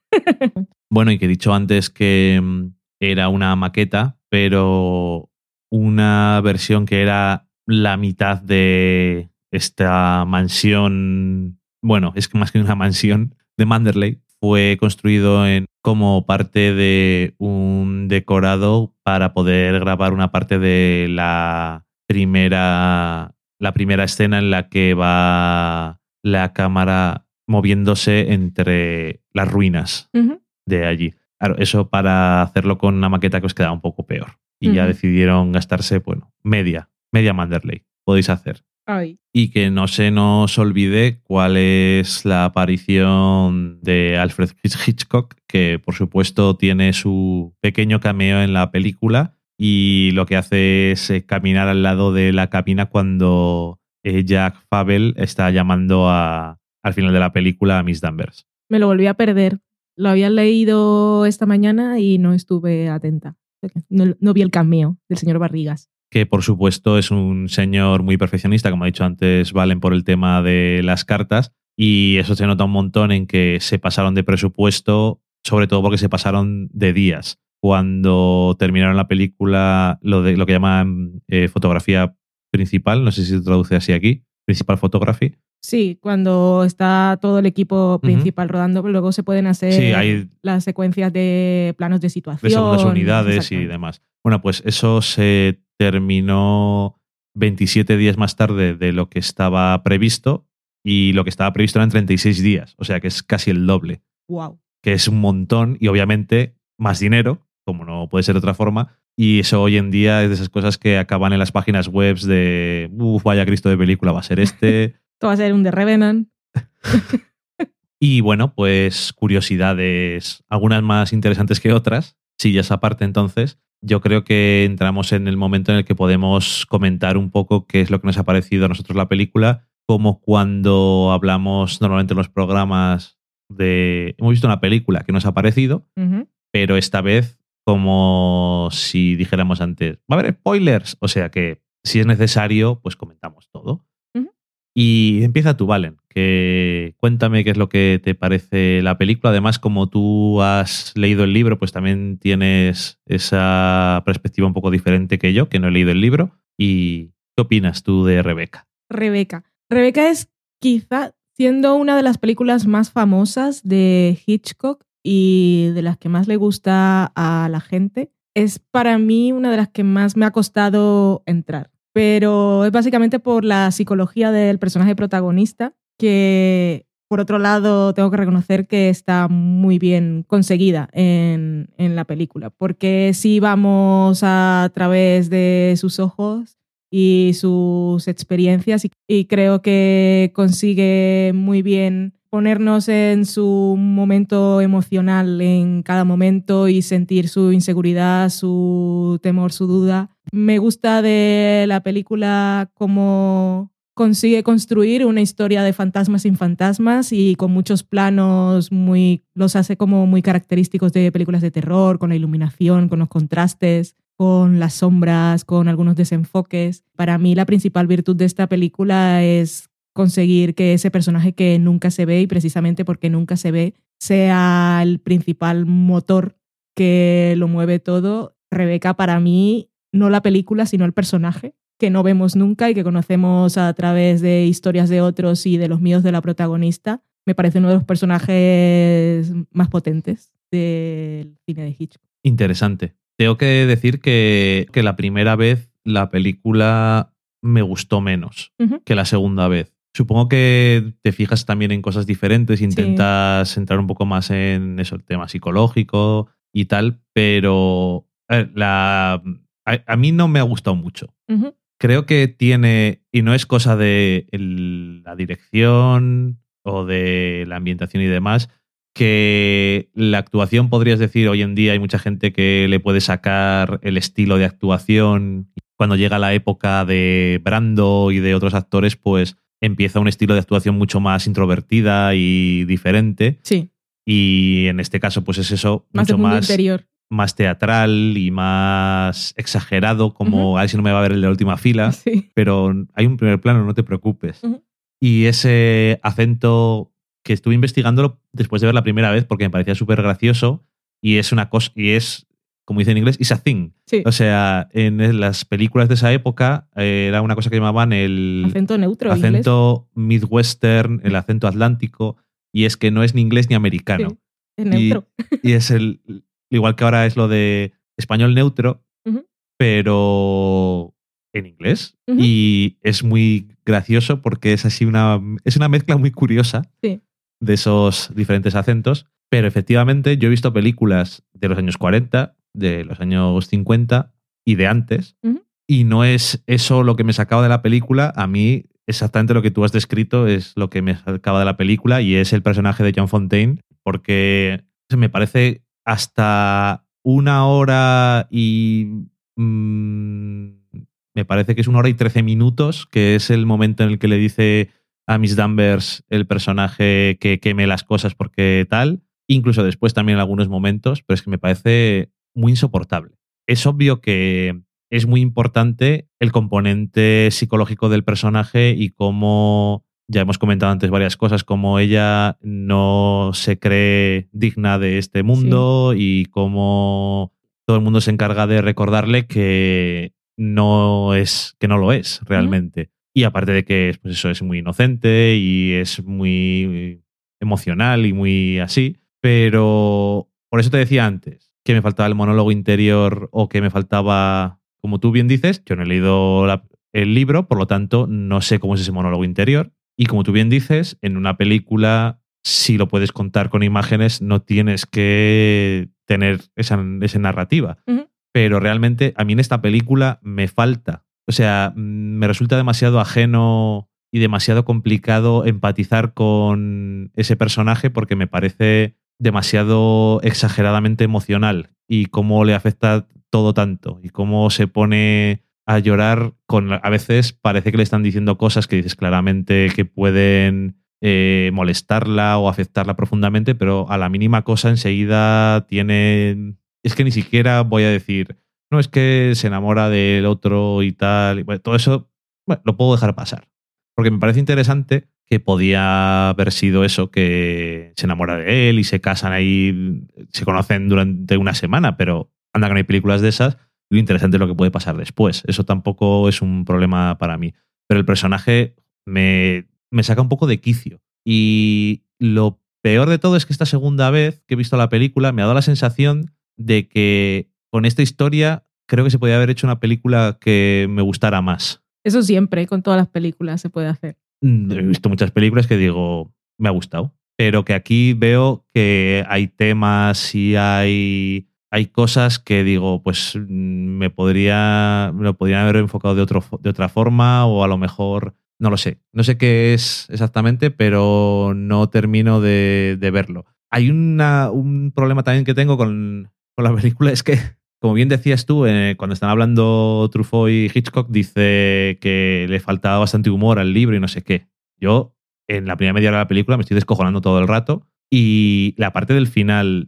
Bueno, y que he dicho antes que mm, era una maqueta, pero una versión que era la mitad de esta mansión, bueno, es que más que una mansión de Manderley, fue construido en, como parte de un decorado para poder grabar una parte de la primera, la primera escena en la que va la cámara moviéndose entre las ruinas Ujú. de allí. Claro, eso para hacerlo con una maqueta que os quedaba un poco peor. Y ya Ujú. decidieron gastarse, bueno, media, media Manderley. Podéis hacer. Ay. Y que no se nos olvide cuál es la aparición de Alfred Hitchcock, que por supuesto tiene su pequeño cameo en la película y lo que hace es eh, caminar al lado de la cabina cuando eh, Jack Fabel está llamando a, al final de la película a Miss Danvers. Me lo volví a perder. Lo había leído esta mañana y no estuve atenta. No, no vi el cameo del señor Barrigas. Que por supuesto es un señor muy perfeccionista, como ha dicho antes Valen, por el tema de las cartas, y eso se nota un montón en que se pasaron de presupuesto, sobre todo porque se pasaron de días. Cuando terminaron la película, lo, de, lo que llaman eh, fotografía principal, no sé si se traduce así aquí, principal photography. Sí, cuando está todo el equipo principal uh-huh. rodando, luego se pueden hacer sí, hay las secuencias de planos de situación. De segundas unidades y demás. Bueno, pues eso se terminó veintisiete días más tarde de lo que estaba previsto y lo que estaba previsto eran treinta y seis días, o sea que es casi el doble. Wow. Que es un montón y obviamente más dinero, como no puede ser de otra forma, y eso hoy en día es de esas cosas que acaban en las páginas web de uff, vaya Cristo de película va a ser este. Esto va a ser un The Revenant. Y bueno, pues curiosidades, algunas más interesantes que otras, sillas aparte entonces. Yo creo que entramos en el momento en el que podemos comentar un poco qué es lo que nos ha parecido a nosotros la película, como cuando hablamos normalmente en los programas de hemos visto una película que nos ha parecido, uh-huh. pero esta vez como si dijéramos antes, va a haber spoilers, o sea que si es necesario, pues comentamos todo. Uh-huh. Y empieza tú, Valen, que cuéntame qué es lo que te parece la película. Además, como tú has leído el libro, pues también tienes esa perspectiva un poco diferente que yo, que no he leído el libro. ¿Y qué opinas tú de Rebecca? Rebecca. Rebecca es quizá siendo una de las películas más famosas de Hitchcock y de las que más le gusta a la gente. Es para mí una de las que más me ha costado entrar. Pero es básicamente por la psicología del personaje protagonista, que por otro lado tengo que reconocer que está muy bien conseguida en, en la película, porque sí vamos a través de sus ojos y sus experiencias y, y creo que consigue muy bien ponernos en su momento emocional en cada momento y sentir su inseguridad, su temor, su duda. Me gusta de la película cómo consigue construir una historia de fantasmas sin fantasmas y con muchos planos muy los hace como muy característicos de películas de terror, con la iluminación, con los contrastes, con las sombras, con algunos desenfoques. Para mí la principal virtud de esta película es conseguir que ese personaje que nunca se ve, y precisamente porque nunca se ve, sea el principal motor que lo mueve todo. Rebecca, para mí, no la película, sino el personaje, que no vemos nunca y que conocemos a través de historias de otros y de los miedos de la protagonista, me parece uno de los personajes más potentes del cine de Hitchcock. Interesante. Tengo que decir que, que la primera vez la película me gustó menos uh-huh. que la segunda vez. Supongo que te fijas también en cosas diferentes, intentas sí. entrar un poco más en eso, el tema psicológico y tal, pero A, ver, la, a, a mí no me ha gustado mucho. Uh-huh. Creo que tiene, y no es cosa de el, la dirección o de la ambientación y demás, que la actuación, podrías decir, hoy en día hay mucha gente que le puede sacar el estilo de actuación. Cuando llega la época de Brando y de otros actores, pues empieza un estilo de actuación mucho más introvertida y diferente. Sí. Y en este caso, pues es eso, más mucho de mundo más, interior. más teatral y más exagerado, como Uh-huh. a ver si no me va a ver el de la última fila, sí. pero hay un primer plano, no te preocupes. Uh-huh. Y ese acento que estuve investigándolo después de ver la primera vez porque me parecía súper gracioso y es una cosa, y es, como dice en inglés, is a thing. Sí. O sea, en las películas de esa época eh, era una cosa que llamaban el acento neutro, acento midwestern, el acento atlántico, y es que no es ni inglés ni americano. Sí, es neutro. Y, y es el, igual que ahora es lo de español neutro, uh-huh. pero en inglés. Uh-huh. Y es muy gracioso porque es así una, es una mezcla muy curiosa. Sí. De esos diferentes acentos, pero efectivamente yo he visto películas de los años cuarenta, de los años cincuenta y de antes, uh-huh. y no es eso lo que me sacaba de la película. A mí exactamente lo que tú has descrito es lo que me sacaba de la película y es el personaje de John Fontaine, porque me parece hasta una hora y mmm, me parece que es una hora y trece minutos, que es el momento en el que le dice a Miss Danvers, el personaje, que queme las cosas porque tal, incluso después también en algunos momentos, pero es que me parece muy insoportable. Es obvio que es muy importante el componente psicológico del personaje y cómo, ya hemos comentado antes varias cosas, cómo ella no se cree digna de este mundo sí. Y cómo todo el mundo se encarga de recordarle que no es, que no lo es realmente. Uh-huh. Y aparte de que pues eso es muy inocente y es muy emocional y muy así, pero por eso te decía antes que me faltaba el monólogo interior o que me faltaba, como tú bien dices, yo no he leído la, el libro, por lo tanto no sé cómo es ese monólogo interior. Y como tú bien dices, en una película, si lo puedes contar con imágenes, no tienes que tener esa, esa narrativa. Uh-huh. Pero realmente a mí en esta película me falta. O sea, me resulta demasiado ajeno y demasiado complicado empatizar con ese personaje porque me parece demasiado exageradamente emocional y cómo le afecta todo tanto y cómo se pone a llorar con, a veces parece que le están diciendo cosas que dices claramente que pueden eh, molestarla o afectarla profundamente, pero a la mínima cosa enseguida tiene... Es que ni siquiera voy a decir... No, es que se enamora del otro y tal. Y bueno, todo eso bueno, lo puedo dejar pasar. Porque me parece interesante que podía haber sido eso, que se enamora de él y se casan ahí, se conocen durante una semana, pero anda que no hay películas de esas. Lo interesante es lo que puede pasar después. Eso tampoco es un problema para mí. Pero el personaje me, me saca un poco de quicio. Y lo peor de todo es que esta segunda vez que he visto la película me ha dado la sensación de que con esta historia creo que se podía haber hecho una película que me gustara más. Eso siempre, con todas las películas se puede hacer. He visto muchas películas que digo, me ha gustado. Pero que aquí veo que hay temas y hay, hay cosas que digo, pues me podría me lo podrían haber enfocado de, otro, de otra forma o a lo mejor, no lo sé. No sé qué es exactamente, pero no termino de, de verlo. Hay una, un problema también que tengo con, con la película, es que como bien decías tú, eh, cuando están hablando Truffaut y Hitchcock, dice que le faltaba bastante humor al libro y no sé qué. Yo, en la primera media hora de la película, me estoy descojonando todo el rato y la parte del final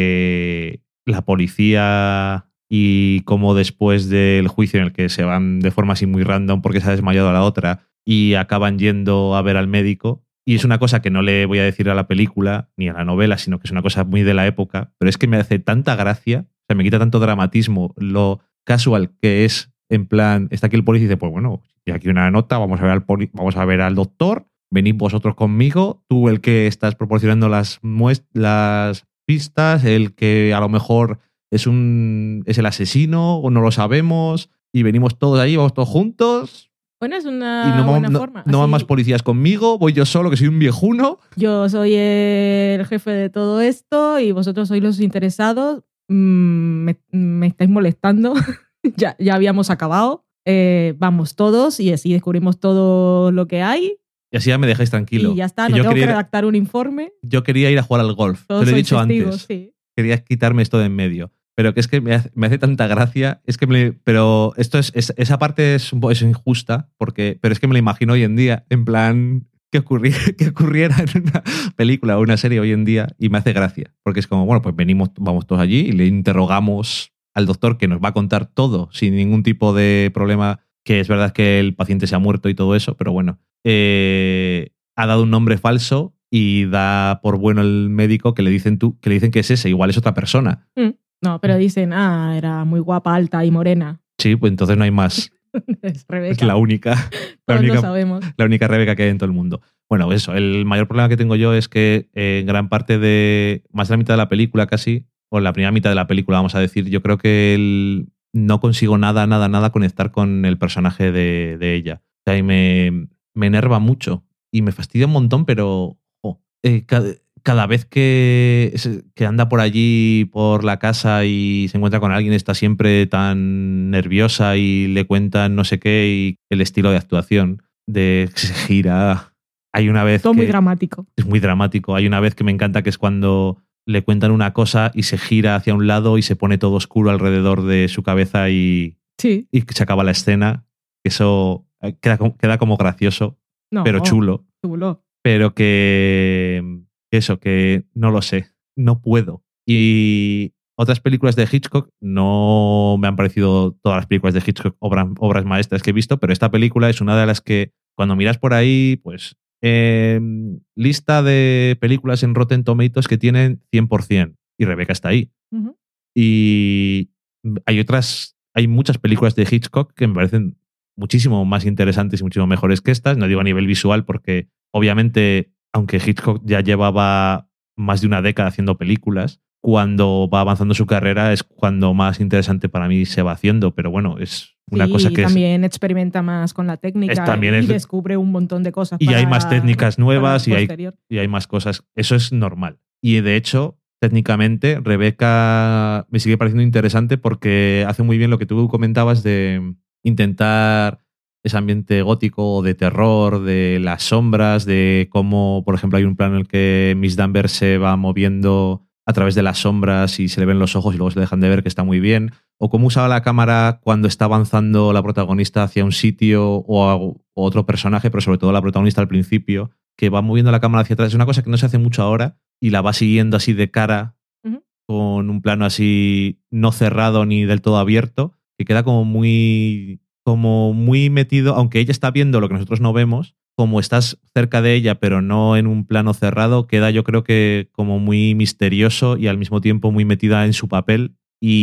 de la policía y cómo después del juicio en el que se van de forma así muy random porque se ha desmayado a la otra y acaban yendo a ver al médico, y es una cosa que no le voy a decir a la película ni a la novela, sino que es una cosa muy de la época, pero es que me hace tanta gracia, o sea, me quita tanto dramatismo lo casual que es, en plan, está aquí el policía y dice, pues bueno, y aquí una nota, vamos a ver al poli- vamos a ver al doctor, venid vosotros conmigo, tú el que estás proporcionando las muest- las pistas, el que a lo mejor es un es el asesino o no lo sabemos, y venimos todos ahí, vamos todos juntos. Bueno, es una y no, buena no, forma. No van Así, más policías conmigo, voy yo solo, que soy un viejuno. Yo soy el jefe de todo esto y vosotros sois los interesados. mmm, me, me estáis molestando, ya, ya habíamos acabado, eh, vamos todos y así descubrimos todo lo que hay. Y así ya me dejáis tranquilo. Y ya está, que no yo tengo que ir, redactar un informe. Yo quería ir a jugar al golf, Todos te lo he dicho testigos, antes. Sí. Quería quitarme esto de en medio. Pero que es que me hace, me hace tanta gracia. Es que me, pero esto es, es, esa parte es, un poco, es injusta, porque, pero es que me la imagino hoy en día, en plan, que ocurriera, que ocurriera en una película o una serie hoy en día, y me hace gracia. Porque es como, bueno, pues venimos, vamos todos allí y le interrogamos al doctor, que nos va a contar todo sin ningún tipo de problema, que es verdad que el paciente se ha muerto y todo eso, pero bueno, eh, ha dado un nombre falso y da por bueno el médico que le dicen tú, que le dicen que es ese, igual es otra persona. Mm. No, pero dicen, ah, era muy guapa, alta y morena. Sí, pues entonces no hay más. Es Rebeca. Es la única. La Todos única, lo sabemos. La única Rebeca que hay en todo el mundo. Bueno, eso, el mayor problema que tengo yo es que eh, en gran parte de, más de la mitad de la película casi, o en la primera mitad de la película, vamos a decir, yo creo que el, no consigo nada, nada, nada conectar con el personaje de, de ella. O sea, y me, me enerva mucho y me fastidia un montón, pero oh, eh, cada, cada vez que, que anda por allí, por la casa y se encuentra con alguien, está siempre tan nerviosa y le cuentan no sé qué, y el estilo de actuación de que se gira. Hay una vez Todo que muy dramático. Es muy dramático. Hay una vez que me encanta, que es cuando le cuentan una cosa y se gira hacia un lado y se pone todo oscuro alrededor de su cabeza y, sí. y se acaba la escena. Eso queda, queda como gracioso, no, pero chulo. Chulo. Pero que eso, que no lo sé, no puedo. Y otras películas de Hitchcock, no me han parecido todas las películas de Hitchcock obras, obras maestras que he visto, pero esta película es una de las que cuando miras por ahí, pues eh, lista de películas en Rotten Tomatoes que tienen cien por ciento y Rebeca está ahí. Uh-huh. Y hay otras, hay muchas películas de Hitchcock que me parecen muchísimo más interesantes y muchísimo mejores que estas. No digo a nivel visual porque obviamente, aunque Hitchcock ya llevaba más de una década haciendo películas, cuando va avanzando su carrera es cuando más interesante para mí se va haciendo, pero bueno, es una sí, cosa que también es, experimenta más con la técnica es, también y es, descubre un montón de cosas. Y para, hay más técnicas nuevas y hay, posterior. y hay más cosas. Eso es normal. Y de hecho, técnicamente, Rebeca me sigue pareciendo interesante porque hace muy bien lo que tú comentabas de intentar ese ambiente gótico o de terror, de las sombras, de cómo, por ejemplo, hay un plano en el que Miss Danvers se va moviendo a través de las sombras y se le ven los ojos y luego se le dejan de ver, que está muy bien. O cómo usaba la cámara cuando está avanzando la protagonista hacia un sitio o, a, o otro personaje, pero sobre todo la protagonista al principio, que va moviendo la cámara hacia atrás. Es una cosa que no se hace mucho ahora y la va siguiendo así de cara, uh-huh. con un plano así no cerrado ni del todo abierto, que queda como muy, como muy metido, aunque ella está viendo lo que nosotros no vemos, como estás cerca de ella pero no en un plano cerrado, queda yo creo que como muy misterioso y al mismo tiempo muy metida en su papel.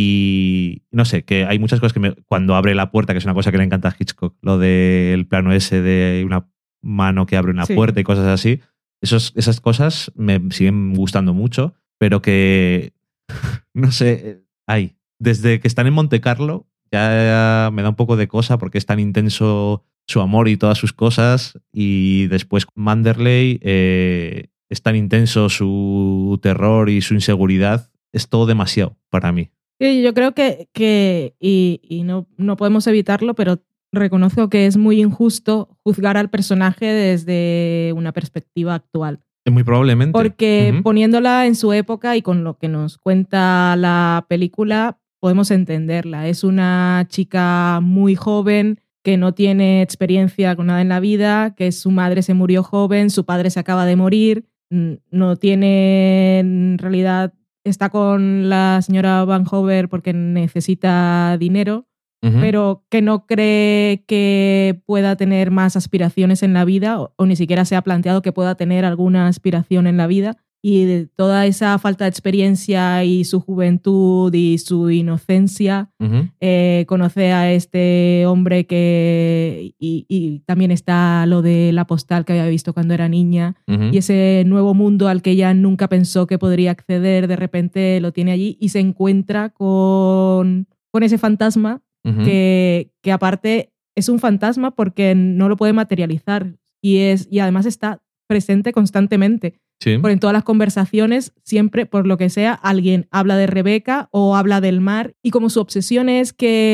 Y no sé, que hay muchas cosas que me, cuando abre la puerta, que es una cosa que le encanta a Hitchcock, lo del plano ese de una mano que abre una sí. puerta y cosas así, esos, esas cosas me siguen gustando mucho, pero que no sé, hay. Desde que están en Monte Carlo ya me da un poco de cosa porque es tan intenso su amor y todas sus cosas, y después Manderley eh, es tan intenso su terror y su inseguridad, es todo demasiado para mí. Sí, yo creo que, que y, y no, no podemos evitarlo, pero reconozco que es muy injusto juzgar al personaje desde una perspectiva actual. Muy probablemente. Porque uh-huh. poniéndola en su época y con lo que nos cuenta la película, podemos entenderla. Es una chica muy joven que no tiene experiencia con nada en la vida, que su madre se murió joven, su padre se acaba de morir, no tiene, en realidad, está con la señora Van Hover porque necesita dinero, uh-huh. pero que no cree que pueda tener más aspiraciones en la vida o, o ni siquiera se ha planteado que pueda tener alguna aspiración en la vida. Y de toda esa falta de experiencia y su juventud y su inocencia, uh-huh. eh, conoce a este hombre que... Y, y también está lo de la postal que había visto cuando era niña, uh-huh. y ese nuevo mundo al que ella nunca pensó que podría acceder, de repente lo tiene allí y se encuentra con, con ese fantasma, uh-huh. que, que aparte es un fantasma porque no lo puede materializar y, es, y además está presente constantemente. Sí. Porque en todas las conversaciones, siempre, por lo que sea, alguien habla de Rebeca o habla del mar. Y como su obsesión es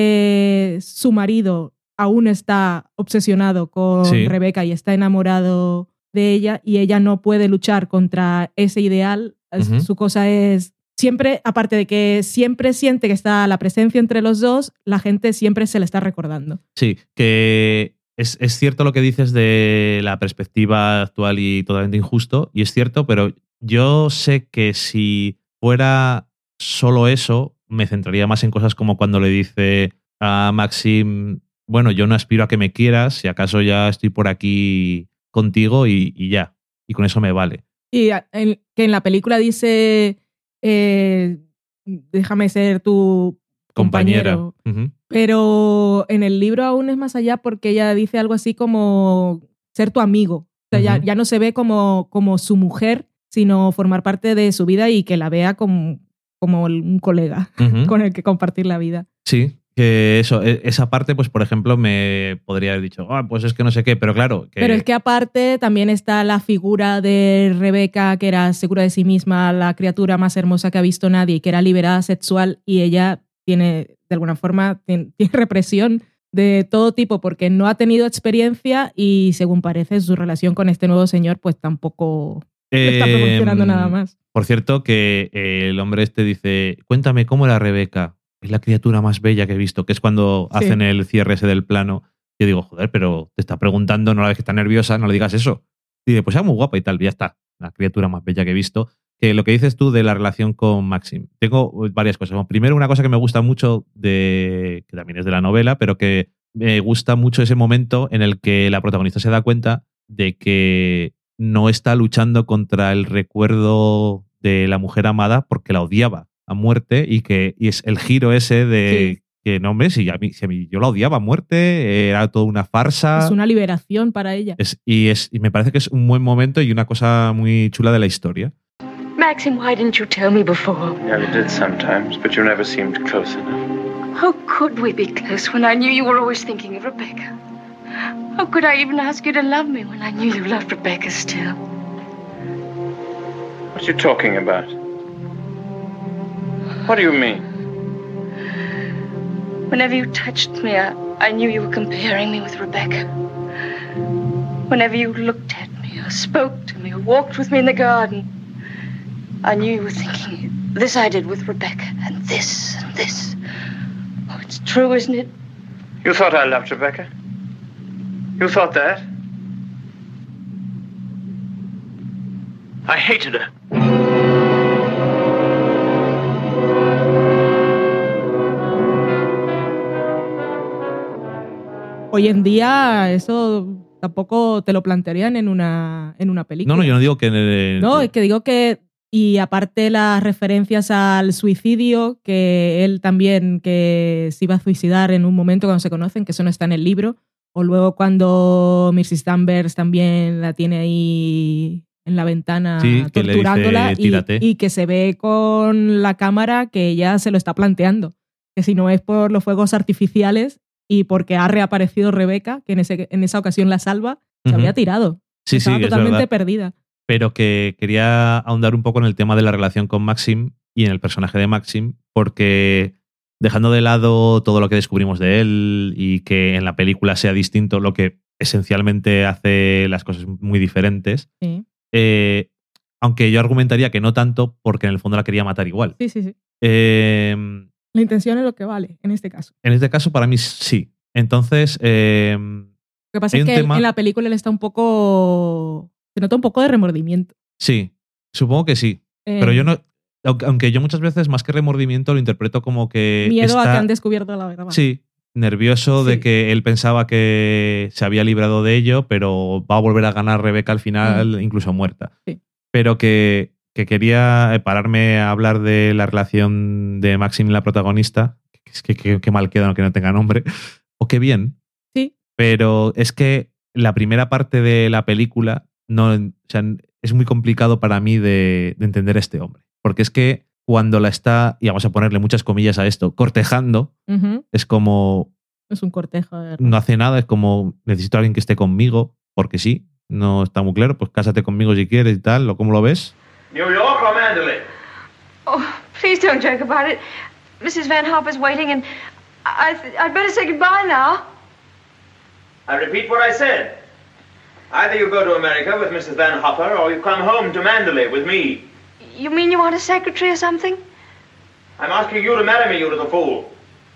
que su marido aún está obsesionado con Sí. Rebeca y está enamorado de ella y ella no puede luchar contra ese ideal, Uh-huh. su cosa es... Siempre, aparte de que siempre siente que está la presencia entre los dos, la gente siempre se le está recordando. Sí, que es, es cierto lo que dices de la perspectiva actual y totalmente injusto, y es cierto, pero yo sé que si fuera solo eso, me centraría más en cosas como cuando le dice a Maxim, bueno, yo no aspiro a que me quieras, si acaso ya estoy por aquí contigo y, y ya, y con eso me vale. Y en, que en la película dice... Eh, déjame ser tu compañero. Compañera. Uh-huh. Pero en el libro aún es más allá porque ella dice algo así como ser tu amigo. O sea, uh-huh. ya, ya no se ve como, como su mujer, sino formar parte de su vida y que la vea como, como un colega uh-huh. con el que compartir la vida. Sí, que eso, esa parte, pues por ejemplo, me podría haber dicho, ah, pues es que no sé qué, pero claro. Que... Pero es que aparte también está la figura de Rebeca, que era segura de sí misma, la criatura más hermosa que ha visto nadie, que era liberada sexual, y ella tiene, de alguna forma, tiene, tiene represión de todo tipo porque no ha tenido experiencia y, según parece, su relación con este nuevo señor pues tampoco eh, está proporcionando nada más. Por cierto, que el hombre este dice, cuéntame cómo era Rebeca. Es la criatura más bella que he visto, que es cuando sí. hacen el cierre ese del plano. Yo digo, joder, pero te está preguntando, no la ves que está nerviosa, no le digas eso. Y dice, pues es muy guapa y tal, ya está. La criatura más bella que he visto. Que lo que dices tú de la relación con Maxim. Tengo varias cosas. Bueno, primero, una cosa que me gusta mucho, de, que también es de la novela, pero que me gusta mucho ese momento en el que la protagonista se da cuenta de que no está luchando contra el recuerdo de la mujer amada porque la odiaba a muerte y que y es el giro ese de sí. que no, hombre, si a, mí, si a mí yo la odiaba a muerte, era toda una farsa. Es una liberación para ella. Es, y, es, y me parece que es un buen momento y una cosa muy chula de la historia. Maxim, why didn't you tell me before? Yeah, I did sometimes, but you never seemed close enough. How could we be close when I knew you were always thinking of Rebecca? How could I even ask you to love me when I knew you loved Rebecca still? What are you talking about? What do you mean? Whenever you touched me, I, I knew you were comparing me with Rebecca. Whenever you looked at me, or spoke to me, or walked with me in the garden, I knew you were thinking, this I did with Rebecca, and this, and this. Oh, it's true, isn't it? You thought I loved Rebecca? You thought that? I hated her. Hoy en día eso tampoco te lo plantearían en una, en una película. No, no, yo no digo que... En el... No, es que digo que... Y aparte las referencias al suicidio, que él también que se iba a suicidar en un momento cuando se conocen, que eso no está en el libro. O luego cuando missus Danvers también la tiene ahí en la ventana sí, torturándola que le dice, y, y que se ve con la cámara que ella se lo está planteando. Que si no es por los fuegos artificiales... y porque ha reaparecido Rebeca, que en, ese, en esa ocasión la salva, se uh-huh. había tirado. Sí, Estaba sí, totalmente es perdida. Pero que quería ahondar un poco en el tema de la relación con Maxim y en el personaje de Maxim, porque dejando de lado todo lo que descubrimos de él y que en la película sea distinto, lo que esencialmente hace las cosas muy diferentes, sí. eh, aunque yo argumentaría que no tanto, porque en el fondo la quería matar igual. Sí, sí, sí. Eh, La intención es lo que vale, en este caso. En este caso, para mí, sí. Entonces... Eh, lo que pasa es que tema... en la película él está un poco... Se nota un poco de remordimiento. Sí, supongo que sí. Eh... Pero yo no... Aunque yo muchas veces, más que remordimiento, lo interpreto como que... Miedo está, a que han descubierto la verdad. Sí, nervioso sí. de que él pensaba que se había librado de ello, pero va a volver a ganar Rebeca al final, mm. incluso muerta. Sí. Pero que... que quería pararme a hablar de la relación de Maxim y la protagonista, que, que, que mal queda que no tenga nombre, o qué bien. Sí. Pero es que la primera parte de la película no, o sea, es muy complicado para mí de, de entender a este hombre. Porque es que cuando la está, y vamos a ponerle muchas comillas a esto, cortejando, uh-huh. es como... Es un cortejo. No hace nada, es como necesito a alguien que esté conmigo, porque sí. no está muy claro, pues cásate conmigo si quieres y tal, ¿o cómo lo ves? New York or Mandalay? Oh, please don't joke about it. Missus Van Hopper's waiting, and I th- I'd better say goodbye now. I repeat what I said. Either you go to America with Missus Van Hopper, or you come home to Mandalay with me. You mean you want a secretary or something? I'm asking you to marry me, you little fool.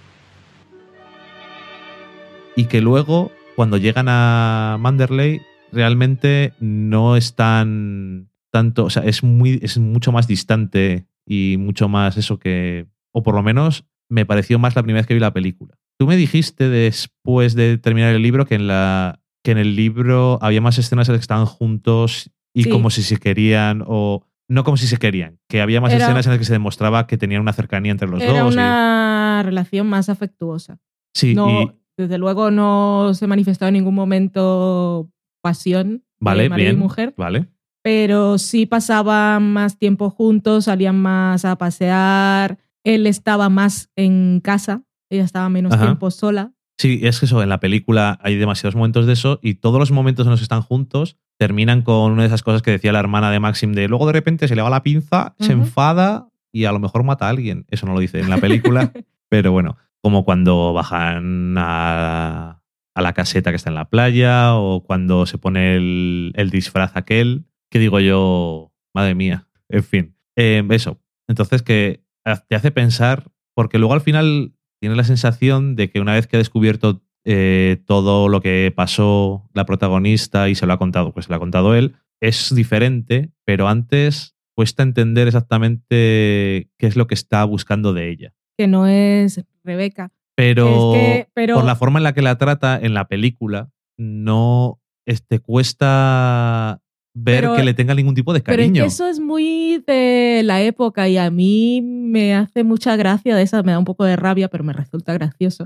Y que luego, cuando llegan a Manderley, realmente no es tan tanto, o sea, es muy, es mucho más distante y mucho más eso que, o por lo menos me pareció más la primera vez que vi la película. Tú me dijiste después de terminar el libro que en la que en el libro había más escenas en las que estaban juntos y Sí. como si se querían o no como si se querían, que había más Era- escenas en las que se demostraba que tenían una cercanía entre los Era dos. y- una relación más afectuosa. sí, No, y desde luego no se manifestó en ningún momento pasión vale, de marido bien, y mujer, vale. pero sí pasaban más tiempo juntos, salían más a pasear, él estaba más en casa, ella estaba menos Ajá. tiempo sola. Sí, es que eso, en la película hay demasiados momentos de eso y todos los momentos en los que están juntos terminan con una de esas cosas que decía la hermana de Maxim de luego de repente se le va la pinza, se Ujú. enfada y a lo mejor mata a alguien. Eso no lo dice en la película, pero bueno, como cuando bajan a, a la caseta que está en la playa o cuando se pone el, el disfraz aquel, que digo yo, madre mía, en fin, eh, eso. Entonces que te hace pensar, porque luego al final tienes la sensación de que una vez que ha descubierto eh, todo lo que pasó la protagonista y se lo ha contado, pues se lo ha contado él, es diferente, pero antes cuesta entender exactamente qué es lo que está buscando de ella. Que no es Rebeca. Pero, Es que- pero- por la forma en la que la trata en la película, no este, cuesta ver Pero- que le tenga ningún tipo de Pero es cariño. que eso es muy de la época y a mí me hace mucha gracia de esa, me da un poco de rabia, pero me resulta gracioso.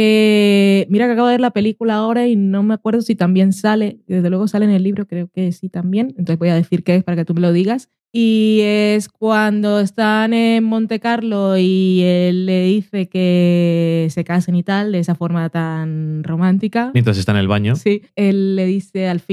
Que mira que acabo de ver la película ahora y no me acuerdo si también sale, desde luego sale en el libro, creo que sí también, entonces voy a decir qué es para que tú me lo digas. Y es cuando están en Monte Carlo y él le dice que se casen y tal, de esa forma tan romántica. Mientras está en el baño. Sí, él le dice, al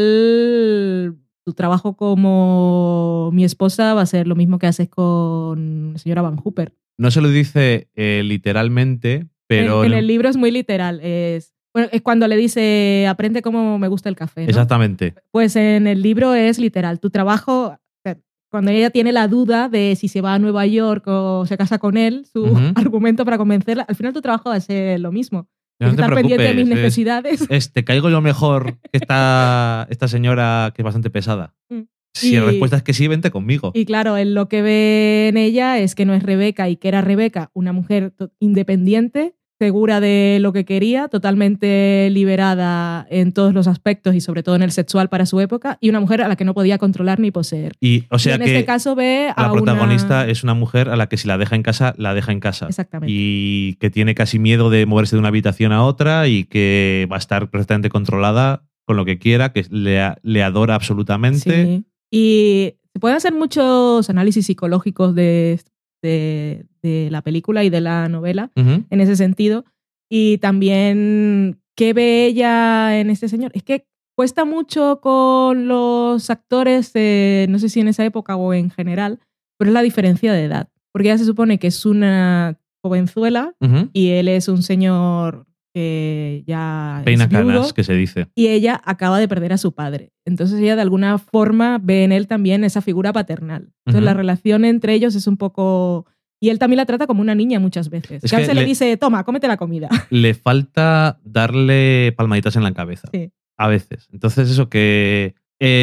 final tu trabajo como mi esposa va a ser lo mismo que haces con la señora Van Hooper. No se lo dice eh, literalmente, pero en, en el libro es muy literal. Es, bueno, es cuando le dice, aprende cómo me gusta el café, ¿no? exactamente. Pues en el libro es literal. Tu trabajo, cuando ella tiene la duda de si se va a Nueva York o se casa con él, su Ujú. argumento para convencerla, al final tu trabajo va a ser lo mismo. No te Estar pendiente de mis preocupes, es- necesidades. Es, te caigo yo mejor que esta, esta señora que es bastante pesada. Mm. Si Y- la respuesta es que sí, vente conmigo. Y claro, él lo que ve en ella es que no es Rebeca y que era Rebeca, una mujer to- independiente, segura de lo que quería, totalmente liberada en todos los aspectos y sobre todo en el sexual para su época, y una mujer a la que no podía controlar ni poseer. Y o sea y en que este caso ve a la protagonista una... es una mujer a la que si la deja en casa, la deja en casa. Exactamente. Y que tiene casi miedo de moverse de una habitación a otra y que va a estar perfectamente controlada con lo que quiera, que le, a- le adora absolutamente. Sí. Y se pueden hacer muchos análisis psicológicos de, de, de la película y de la novela Ujú. en ese sentido. Y también, ¿qué ve ella en este señor? Es que cuesta mucho con los actores, eh, no sé si en esa época o en general, pero es la diferencia de edad. Porque ella se supone que es una jovenzuela Ujú. y él es un señor que ya Peina es viudo. canas, que se dice. Y ella acaba de perder a su padre. Entonces ella de alguna forma ve en él también esa figura paternal. Entonces Ujú. la relación entre ellos es un poco... Y él también la trata como una niña muchas veces. Es que a que veces le- le dice, toma, cómete la comida. Le falta darle palmaditas en la cabeza. Sí. A veces. Entonces, eso que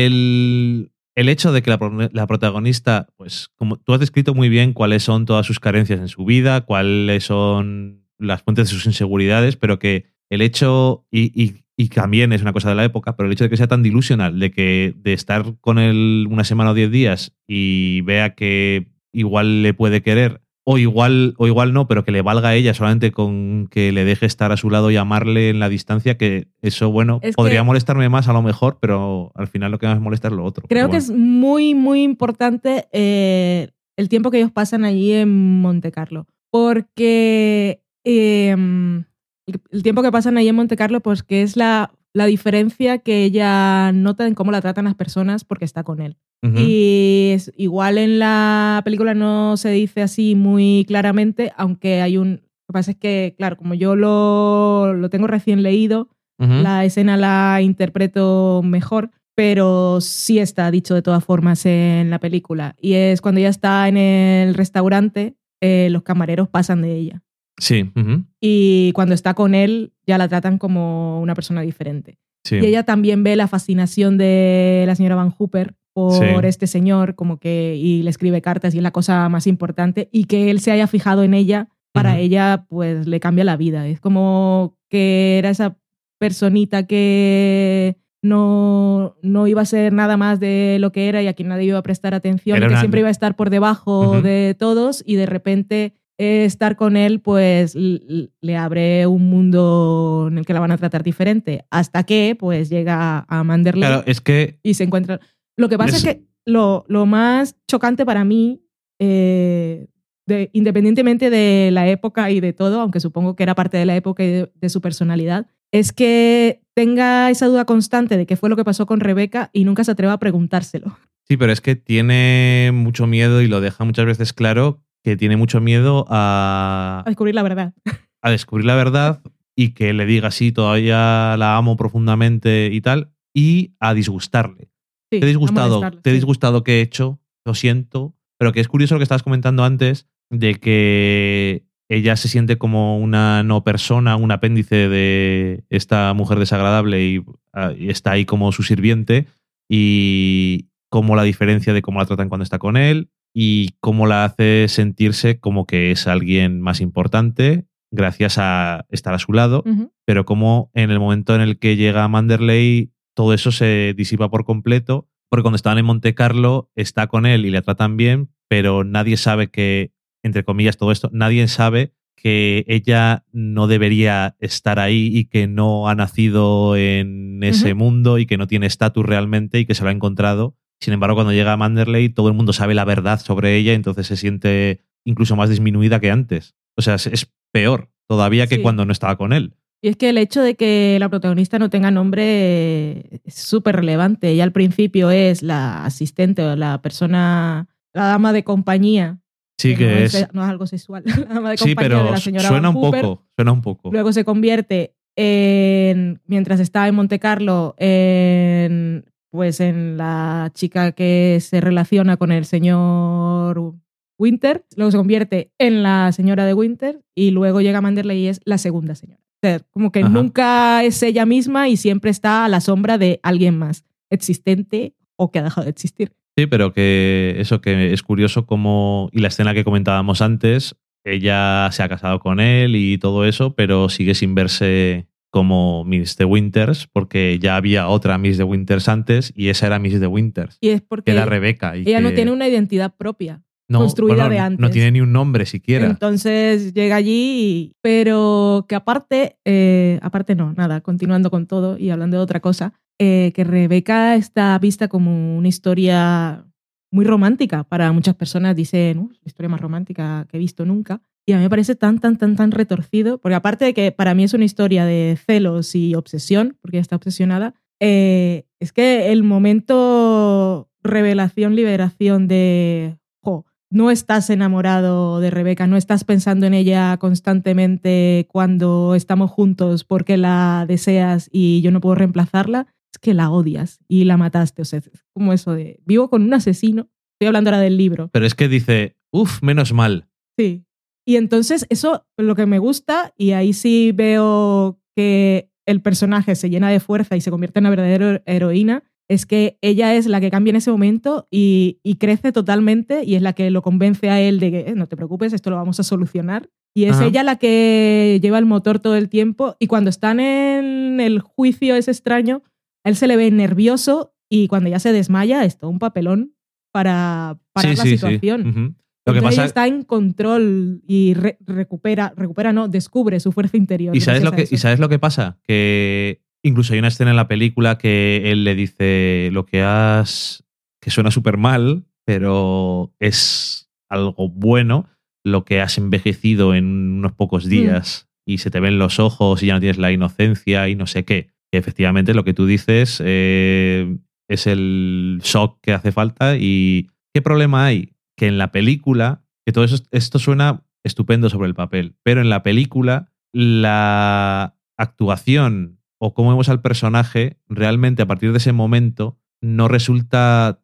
el, el hecho de que la, pro- la protagonista, pues como tú has descrito muy bien cuáles son todas sus carencias en su vida, cuáles son las fuentes de sus inseguridades, pero que el hecho, y, y, y también es una cosa de la época, pero el hecho de que sea tan delusional, de que de estar con él una semana o diez días y vea que igual le puede querer, o igual, o igual no, pero que le valga a ella solamente con que le deje estar a su lado y amarle en la distancia, que eso, bueno, Es podría que- molestarme más a lo mejor, pero al final lo que más me molesta es lo otro. Creo Pero que bueno. es muy, muy importante eh, el tiempo que ellos pasan allí en Monte Carlo. Porque eh, el, el tiempo que pasan allí en Monte Carlo, pues que es la la diferencia que ella nota en cómo la tratan las personas porque está con él. Ujú. Y es, igual en la película no se dice así muy claramente, aunque hay un... Lo que pasa es que, claro, como yo lo, lo tengo recién leído, Ujú. la escena la interpreto mejor, pero sí está dicho de todas formas en la película. Y es cuando ella está en el restaurante, eh, los camareros pasan de ella. Sí. Ujú. Y cuando está con él, ya la tratan como una persona diferente. Sí. Y ella también ve la fascinación de la señora Van Hooper por Sí. este señor, como que, y le escribe cartas y es la cosa más importante. Y que él se haya fijado en ella, para Ujú. ella, pues le cambia la vida. Es como que era esa personita que no, no iba a ser nada más de lo que era y a quien nadie iba a prestar atención, Era y que una- siempre iba a estar por debajo Ujú. de todos, y de repente eh, estar con él pues l- l- le abre un mundo en el que la van a tratar diferente, hasta que pues llega a Manderley Claro, es que y se encuentra... Lo que pasa Les- es que lo, lo más chocante para mí, eh, de, independientemente de la época y de todo, aunque supongo que era parte de la época y de, de su personalidad, es que tenga esa duda constante de qué fue lo que pasó con Rebeca y nunca se atreva a preguntárselo. sí, pero es que tiene mucho miedo y lo deja muchas veces claro que tiene mucho miedo a, A descubrir la verdad. a descubrir la verdad y que le diga sí, todavía la amo profundamente y tal, y a disgustarle. Sí, Te he a disgustado, molestarlo, te he sí. disgustado que he hecho, lo siento, pero que es curioso lo que estabas comentando antes de que ella se siente como una no persona, un apéndice de esta mujer desagradable y, ah, y está ahí como su sirviente, y cómo la diferencia de cómo la tratan cuando está con él y cómo la hace sentirse como que es alguien más importante gracias a estar a su lado, Ujú. pero como en el momento en el que llega a Manderley todo eso se disipa por completo, porque cuando estaban en Monte Carlo está con él y le tratan bien, pero nadie sabe que, entre comillas, todo esto, nadie sabe que ella no debería estar ahí y que no ha nacido en ese Ujú. mundo y que no tiene estatus realmente y que se lo ha encontrado. Sin embargo, cuando llega a Manderley, todo el mundo sabe la verdad sobre ella, entonces se siente incluso más disminuida que antes. O sea, es, es peor todavía que Sí. cuando no estaba con él. Y es que el hecho de que la protagonista no tenga nombre eh, es súper relevante. Ella al principio es la asistente o la persona, la dama de compañía. Sí, que no es. no es algo sexual. La dama de Sí, compañía de pero la señora suena Van un Hooper. poco, suena un poco. Luego se convierte en, mientras está en Monte Carlo, en, pues en la chica que se relaciona con el señor Winter. Luego se convierte en la señora de Winter y luego llega Manderley y es la segunda señora. O sea, como que Ajá. nunca es ella misma y siempre está a la sombra de alguien más existente o que ha dejado de existir. Sí, pero que eso que es curioso como, y la escena que comentábamos antes, ella se ha casado con él y todo eso, pero sigue sin verse como Miss de Winters, porque ya había otra Miss de Winters antes y esa era Miss de Winters, Y es que porque era Rebeca. Y ella que no tiene una identidad propia. no, construida bueno, de no- antes. No tiene ni un nombre siquiera. Entonces llega allí, y- pero que aparte, eh, aparte no, nada, continuando con todo y hablando de otra cosa, eh, que Rebeca está vista como una historia muy romántica para muchas personas. Dicen, "Uh, la historia más romántica que he visto nunca". Y a mí me parece tan, tan, tan, tan retorcido, porque aparte de que para mí es una historia de celos y obsesión, porque ella está obsesionada, eh, es que el momento revelación, liberación de, jo, no estás enamorado de Rebeca, no estás pensando en ella constantemente cuando estamos juntos porque la deseas y yo no puedo reemplazarla, es que la odias y la mataste. O sea, es como eso de, vivo con un asesino. Estoy hablando ahora del libro. Pero es que dice, uff, menos mal. Sí. Y entonces eso es lo que me gusta, y ahí sí veo que el personaje se llena de fuerza y se convierte en una verdadera heroína, es que ella es la que cambia en ese momento y, y crece totalmente, y es la que lo convence a él de que eh, no te preocupes, esto lo vamos a solucionar. Y es Ajá. ella la que lleva el motor todo el tiempo, y cuando están en el juicio ese extraño, a él se le ve nervioso, y cuando ya se desmaya es todo un papelón para parar Sí, la sí, sí. situación. Ujú. Lo que Entonces pasa ella está en control y re- recupera, recupera no, descubre su fuerza interior. ¿Y sabes, gracias lo a que, eso. ¿Y sabes lo que pasa? Que incluso hay una escena en la película que él le dice lo que has... que suena súper mal, pero es algo bueno, lo que has envejecido en unos pocos días y se te ven los ojos y ya no tienes la inocencia y no sé qué. que efectivamente lo que tú dices eh, es el shock que hace falta. ¿Y qué problema hay? Que en la película, que todo eso, esto suena estupendo sobre el papel, pero en la película la actuación o cómo vemos al personaje realmente a partir de ese momento no resulta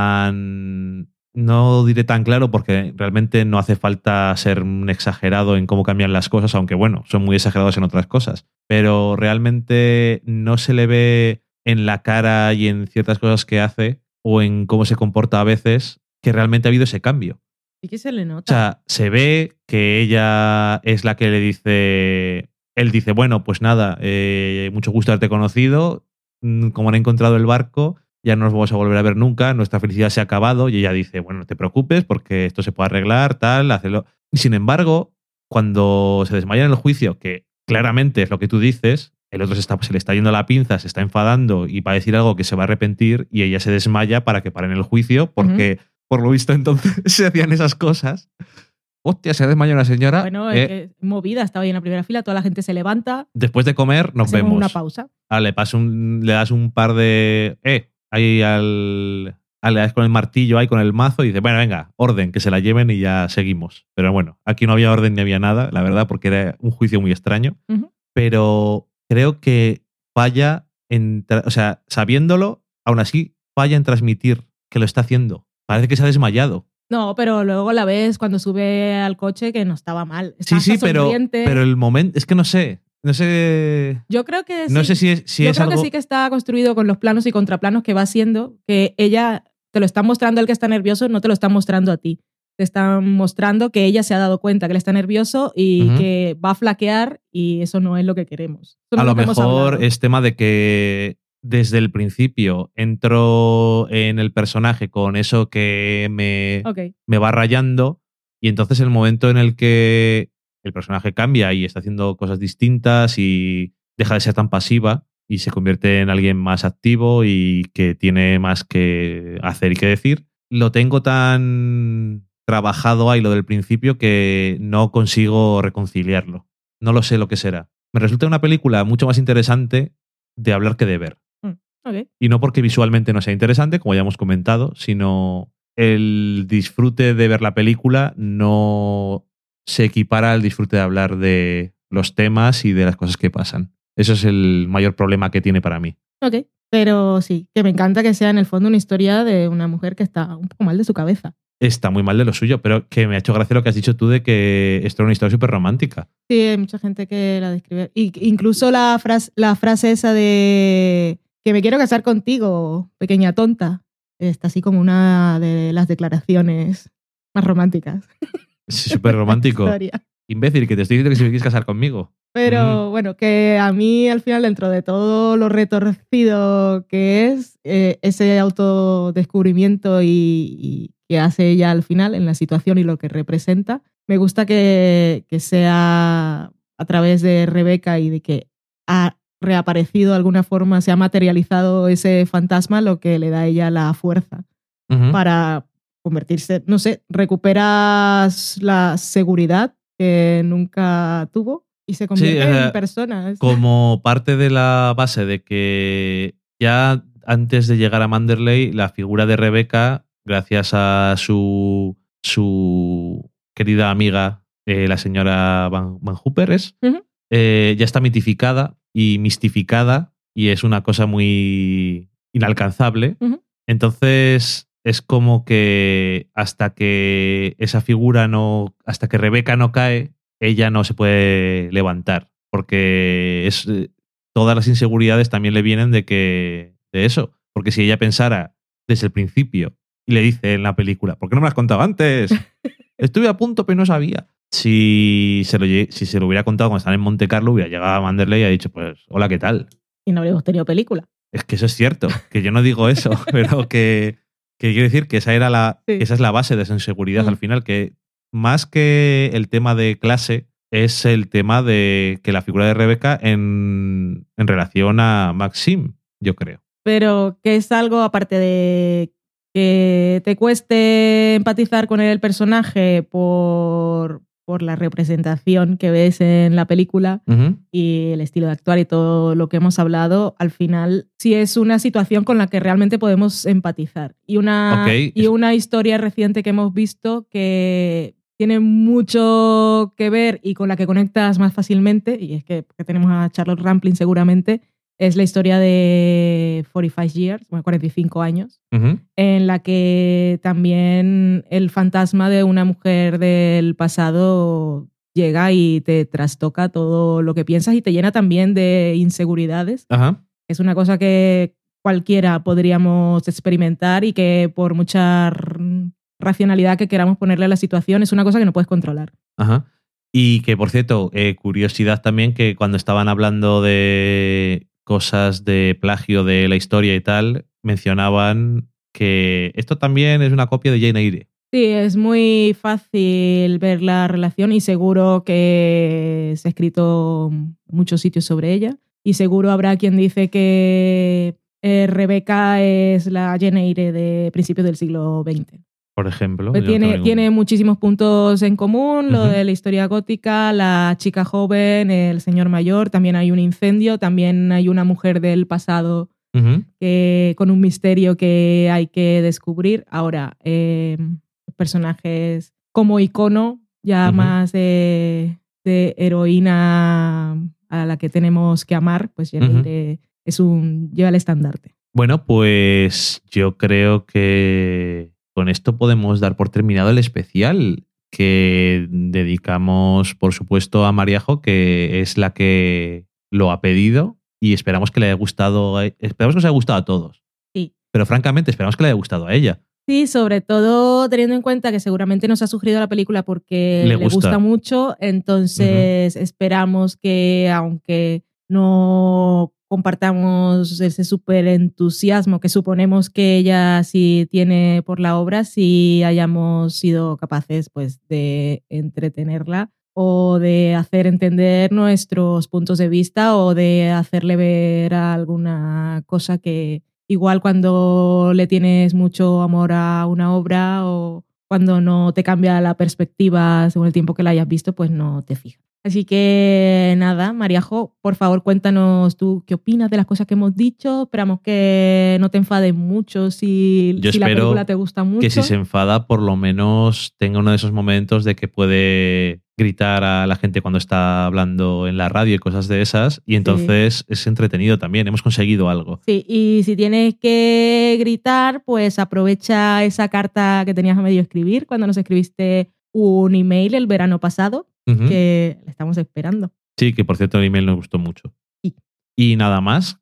tan, no diré tan claro, porque realmente no hace falta ser un exagerado en cómo cambian las cosas, aunque bueno, son muy exagerados en otras cosas, pero realmente no se le ve en la cara y en ciertas cosas que hace o en cómo se comporta a veces que realmente ha habido ese cambio. Sí que se le nota. O sea, se ve que ella es la que le dice, él dice, bueno, pues nada, eh, mucho gusto haberte conocido, como han encontrado el barco, ya no nos vamos a volver a ver nunca, nuestra felicidad se ha acabado, y ella dice, bueno, no te preocupes porque esto se puede arreglar, tal, hacerlo. Y sin embargo, cuando se desmaya en el juicio, que claramente es lo que tú dices, el otro se, está, se le está yendo la pinza, se está enfadando y va a decir algo que se va a arrepentir, y ella se desmaya para que paren el juicio porque... Uh-huh. Por lo visto, entonces se hacían esas cosas. Hostia, se ha desmayado una señora. Bueno, eh, es que movida, estaba ahí en la primera fila, toda la gente se levanta. Después de comer, nos hacemos vemos. una pausa. Ah, le, paso un, le das un par de. Eh, ahí al. Le das con el martillo, ahí con el mazo, y dice, bueno, venga, orden, que se la lleven y ya seguimos. Pero bueno, aquí no había orden ni había nada, la verdad, porque era un juicio muy extraño. Uh-huh. Pero creo que falla en. O sea, sabiéndolo, aún así, falla en transmitir que lo está haciendo. Parece que se ha desmayado. No, pero luego la ves cuando sube al coche que no estaba mal. Está sí, sí, pero, pero el momento... Es que no sé. No sé... Yo creo que no sí. sé si es, si Yo es creo algo... que sí que está construido con los planos y contraplanos que va haciendo, que ella te lo está mostrando el que está nervioso, no te lo está mostrando a ti. Te están mostrando que ella se ha dado cuenta que él está nervioso y uh-huh. que va a flaquear, y eso no es lo que queremos. A lo, lo mejor es tema de que... Desde el principio entro en el personaje con eso que me, okay. me va rayando, y entonces el momento en el que el personaje cambia y está haciendo cosas distintas y deja de ser tan pasiva y se convierte en alguien más activo y que tiene más que hacer y que decir, lo tengo tan trabajado ahí lo del principio que no consigo reconciliarlo. No lo sé lo que será. Me resulta una película mucho más interesante de hablar que de ver. Okay. Y no porque visualmente no sea interesante, como ya hemos comentado, sino el disfrute de ver la película no se equipara al disfrute de hablar de los temas y de las cosas que pasan. Eso es el mayor problema que tiene para mí. Ok, pero sí, que me encanta que sea en el fondo una historia de una mujer que está un poco mal de su cabeza. Está muy mal de lo suyo, pero que me ha hecho gracia lo que has dicho tú de que esto era una historia súper romántica. Sí, hay mucha gente que la describe. Y incluso la frase, la frase esa de... que me quiero casar contigo, pequeña tonta. Está así como una de las declaraciones más románticas. Sí, súper romántico. Imbécil, que te estoy diciendo que si me quieres casar conmigo. Pero mm. bueno, que a mí al final, dentro de todo lo retorcido que es, eh, ese autodescubrimiento y, y que hace ella al final en la situación y lo que representa, me gusta que, que sea a través de Rebeca y de que ha reaparecido de alguna forma, se ha materializado ese fantasma, lo que le da a ella la fuerza uh-huh. para convertirse, no sé, recuperas la seguridad que nunca tuvo y se convierte sí, en persona. Como parte de la base de que ya antes de llegar a Manderley, la figura de Rebeca, gracias a su, su querida amiga, eh, la señora Van, Van Hooper, ¿es? Uh-huh. eh, ya está mitificada y mistificada y es una cosa muy inalcanzable. Uh-huh. Entonces es como que hasta que esa figura no, hasta que Rebeca no cae, ella no se puede levantar, porque es, todas las inseguridades también le vienen de que de eso, porque si ella pensara desde el principio y le dice en la película, ¿por qué no me lo has contado antes? Estuve a punto pero no sabía. Si se, lo, si se lo hubiera contado cuando estaban en Monte Carlo, hubiera llegado a Manderley y ha dicho, pues, hola, ¿qué tal? Y no habríamos tenido película. Es que eso es cierto, que yo no digo eso, pero que, que quiero decir que esa, era la, sí. que esa es la base de esa inseguridad mm. al final, que más que el tema de clase, es el tema de que la figura de Rebeca en, en relación a Maxim, yo creo. Pero que es algo, aparte de que te cueste empatizar con el personaje por... por la representación que ves en la película Ujú. y el estilo de actuar y todo lo que hemos hablado, al final sí es una situación con la que realmente podemos empatizar. Y una, Ok. y una historia reciente que hemos visto que tiene mucho que ver y con la que conectas más fácilmente, y es que, que tenemos a Charlotte Rampling seguramente, es la historia de cuarenta y cinco years, bueno, cuarenta y cinco años, Ujú. en la que también el fantasma de una mujer del pasado llega y te trastoca todo lo que piensas y te llena también de inseguridades. Ajá. Es una cosa que cualquiera podríamos experimentar y que por mucha r- racionalidad que queramos ponerle a la situación es una cosa que no puedes controlar. Ajá. Y que, por cierto, eh, curiosidad también que cuando estaban hablando de cosas de plagio de la historia y tal, mencionaban que esto también es una copia de Jane Eyre. Sí, es muy fácil ver la relación y seguro que se ha escrito en muchos sitios sobre ella y seguro habrá quien dice que eh, Rebeca es la Jane Eyre de principios del siglo veinte. Por ejemplo. Pues yo no tengo tiene, ningún- tiene muchísimos puntos en común, lo Ujú. de la historia gótica, la chica joven, el señor mayor, también hay un incendio, también hay una mujer del pasado Ujú. que, con un misterio que hay que descubrir. Ahora, eh, personajes como icono, ya Ujú. más de, de heroína a la que tenemos que amar, pues Jane Ujú. Eyre es un, lleva el estandarte. Bueno, pues yo creo que con esto podemos dar por terminado el especial que dedicamos, por supuesto, a Mariajo, que es la que lo ha pedido y esperamos que le haya gustado, a- esperamos que os haya gustado a todos. Sí. Pero francamente, esperamos que le haya gustado a ella. Sí, sobre todo teniendo en cuenta que seguramente nos ha sugerido la película porque Le le, gusta. gusta mucho, entonces esperamos que aunque no compartamos ese súper entusiasmo que suponemos que ella sí tiene por la obra, sí hayamos sido capaces pues, de entretenerla o de hacer entender nuestros puntos de vista o de hacerle ver alguna cosa que igual cuando le tienes mucho amor a una obra o cuando no te cambia la perspectiva según el tiempo que la hayas visto, pues no te fijas. Así que nada, Mariajo, por favor cuéntanos tú qué opinas de las cosas que hemos dicho. Esperamos que no te enfades mucho si, Yo si la espero película te gusta mucho. Que si se enfada, por lo menos tenga uno de esos momentos de que puede gritar a la gente cuando está hablando en la radio y cosas de esas. Y entonces es entretenido también. Hemos conseguido algo. Sí, y si tienes que gritar, pues aprovecha esa carta que tenías a medio escribir cuando nos escribiste un email el verano pasado, Ujú. que le estamos esperando. Sí, que por cierto el email nos gustó mucho. Sí. Y nada más,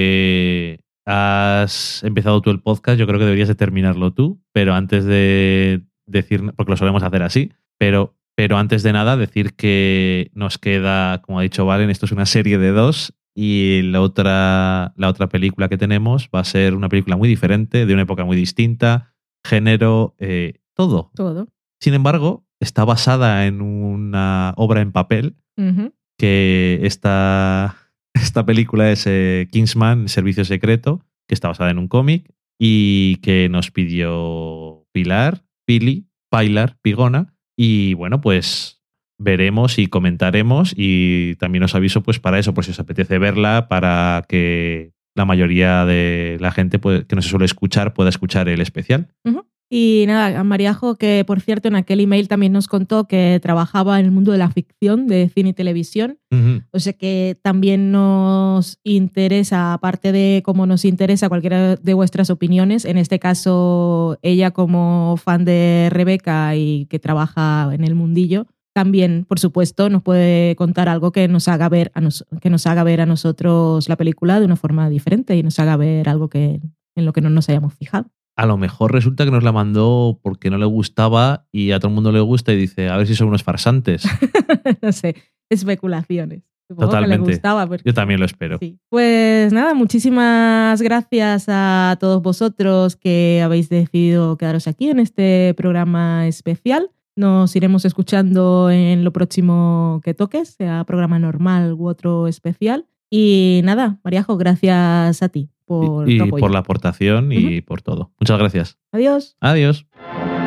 que has empezado tú el podcast, yo creo que deberías de terminarlo tú, pero antes de decir, porque lo solemos hacer así, pero, pero antes de nada decir que nos queda, como ha dicho Valen, esto es una serie de dos y la otra, la otra película que tenemos va a ser una película muy diferente, de una época muy distinta, género, eh, todo. Todo. Sin embargo, está basada en una obra en papel Ujú. que esta, esta película es eh, Kingsman, Servicio Secreto, que está basada en un cómic y que nos pidió Pilar, Pili, Pilar, Pigona. Y bueno, pues veremos y comentaremos y también os aviso pues para eso, por si os apetece verla, para que la mayoría de la gente puede, que no se suele escuchar pueda escuchar el especial. Ujú. Y nada, a Mariajo, que por cierto en aquel email también nos contó que trabajaba en el mundo de la ficción, de cine y televisión. Uh-huh. O sea que también nos interesa, aparte de cómo nos interesa cualquiera de vuestras opiniones, en este caso ella como fan de Rebeca y que trabaja en el mundillo, también, por supuesto, nos puede contar algo que nos haga ver a, nos, que nos haga ver a nosotros la película de una forma diferente y nos haga ver algo que, en lo que no nos hayamos fijado. A lo mejor resulta que nos la mandó porque no le gustaba y a todo el mundo le gusta y dice, a ver si son unos farsantes. No sé, especulaciones. Supongo Totalmente. que le gustaba. Porque, Yo también lo espero. Sí. Pues nada, muchísimas gracias a todos vosotros que habéis decidido quedaros aquí en este programa especial. Nos iremos escuchando en lo próximo que toques, sea programa normal u otro especial. Y nada, Mariajo, gracias a ti por y tu y apoyo. por la aportación y Uh-huh. por todo. Muchas gracias. Adiós. Adiós.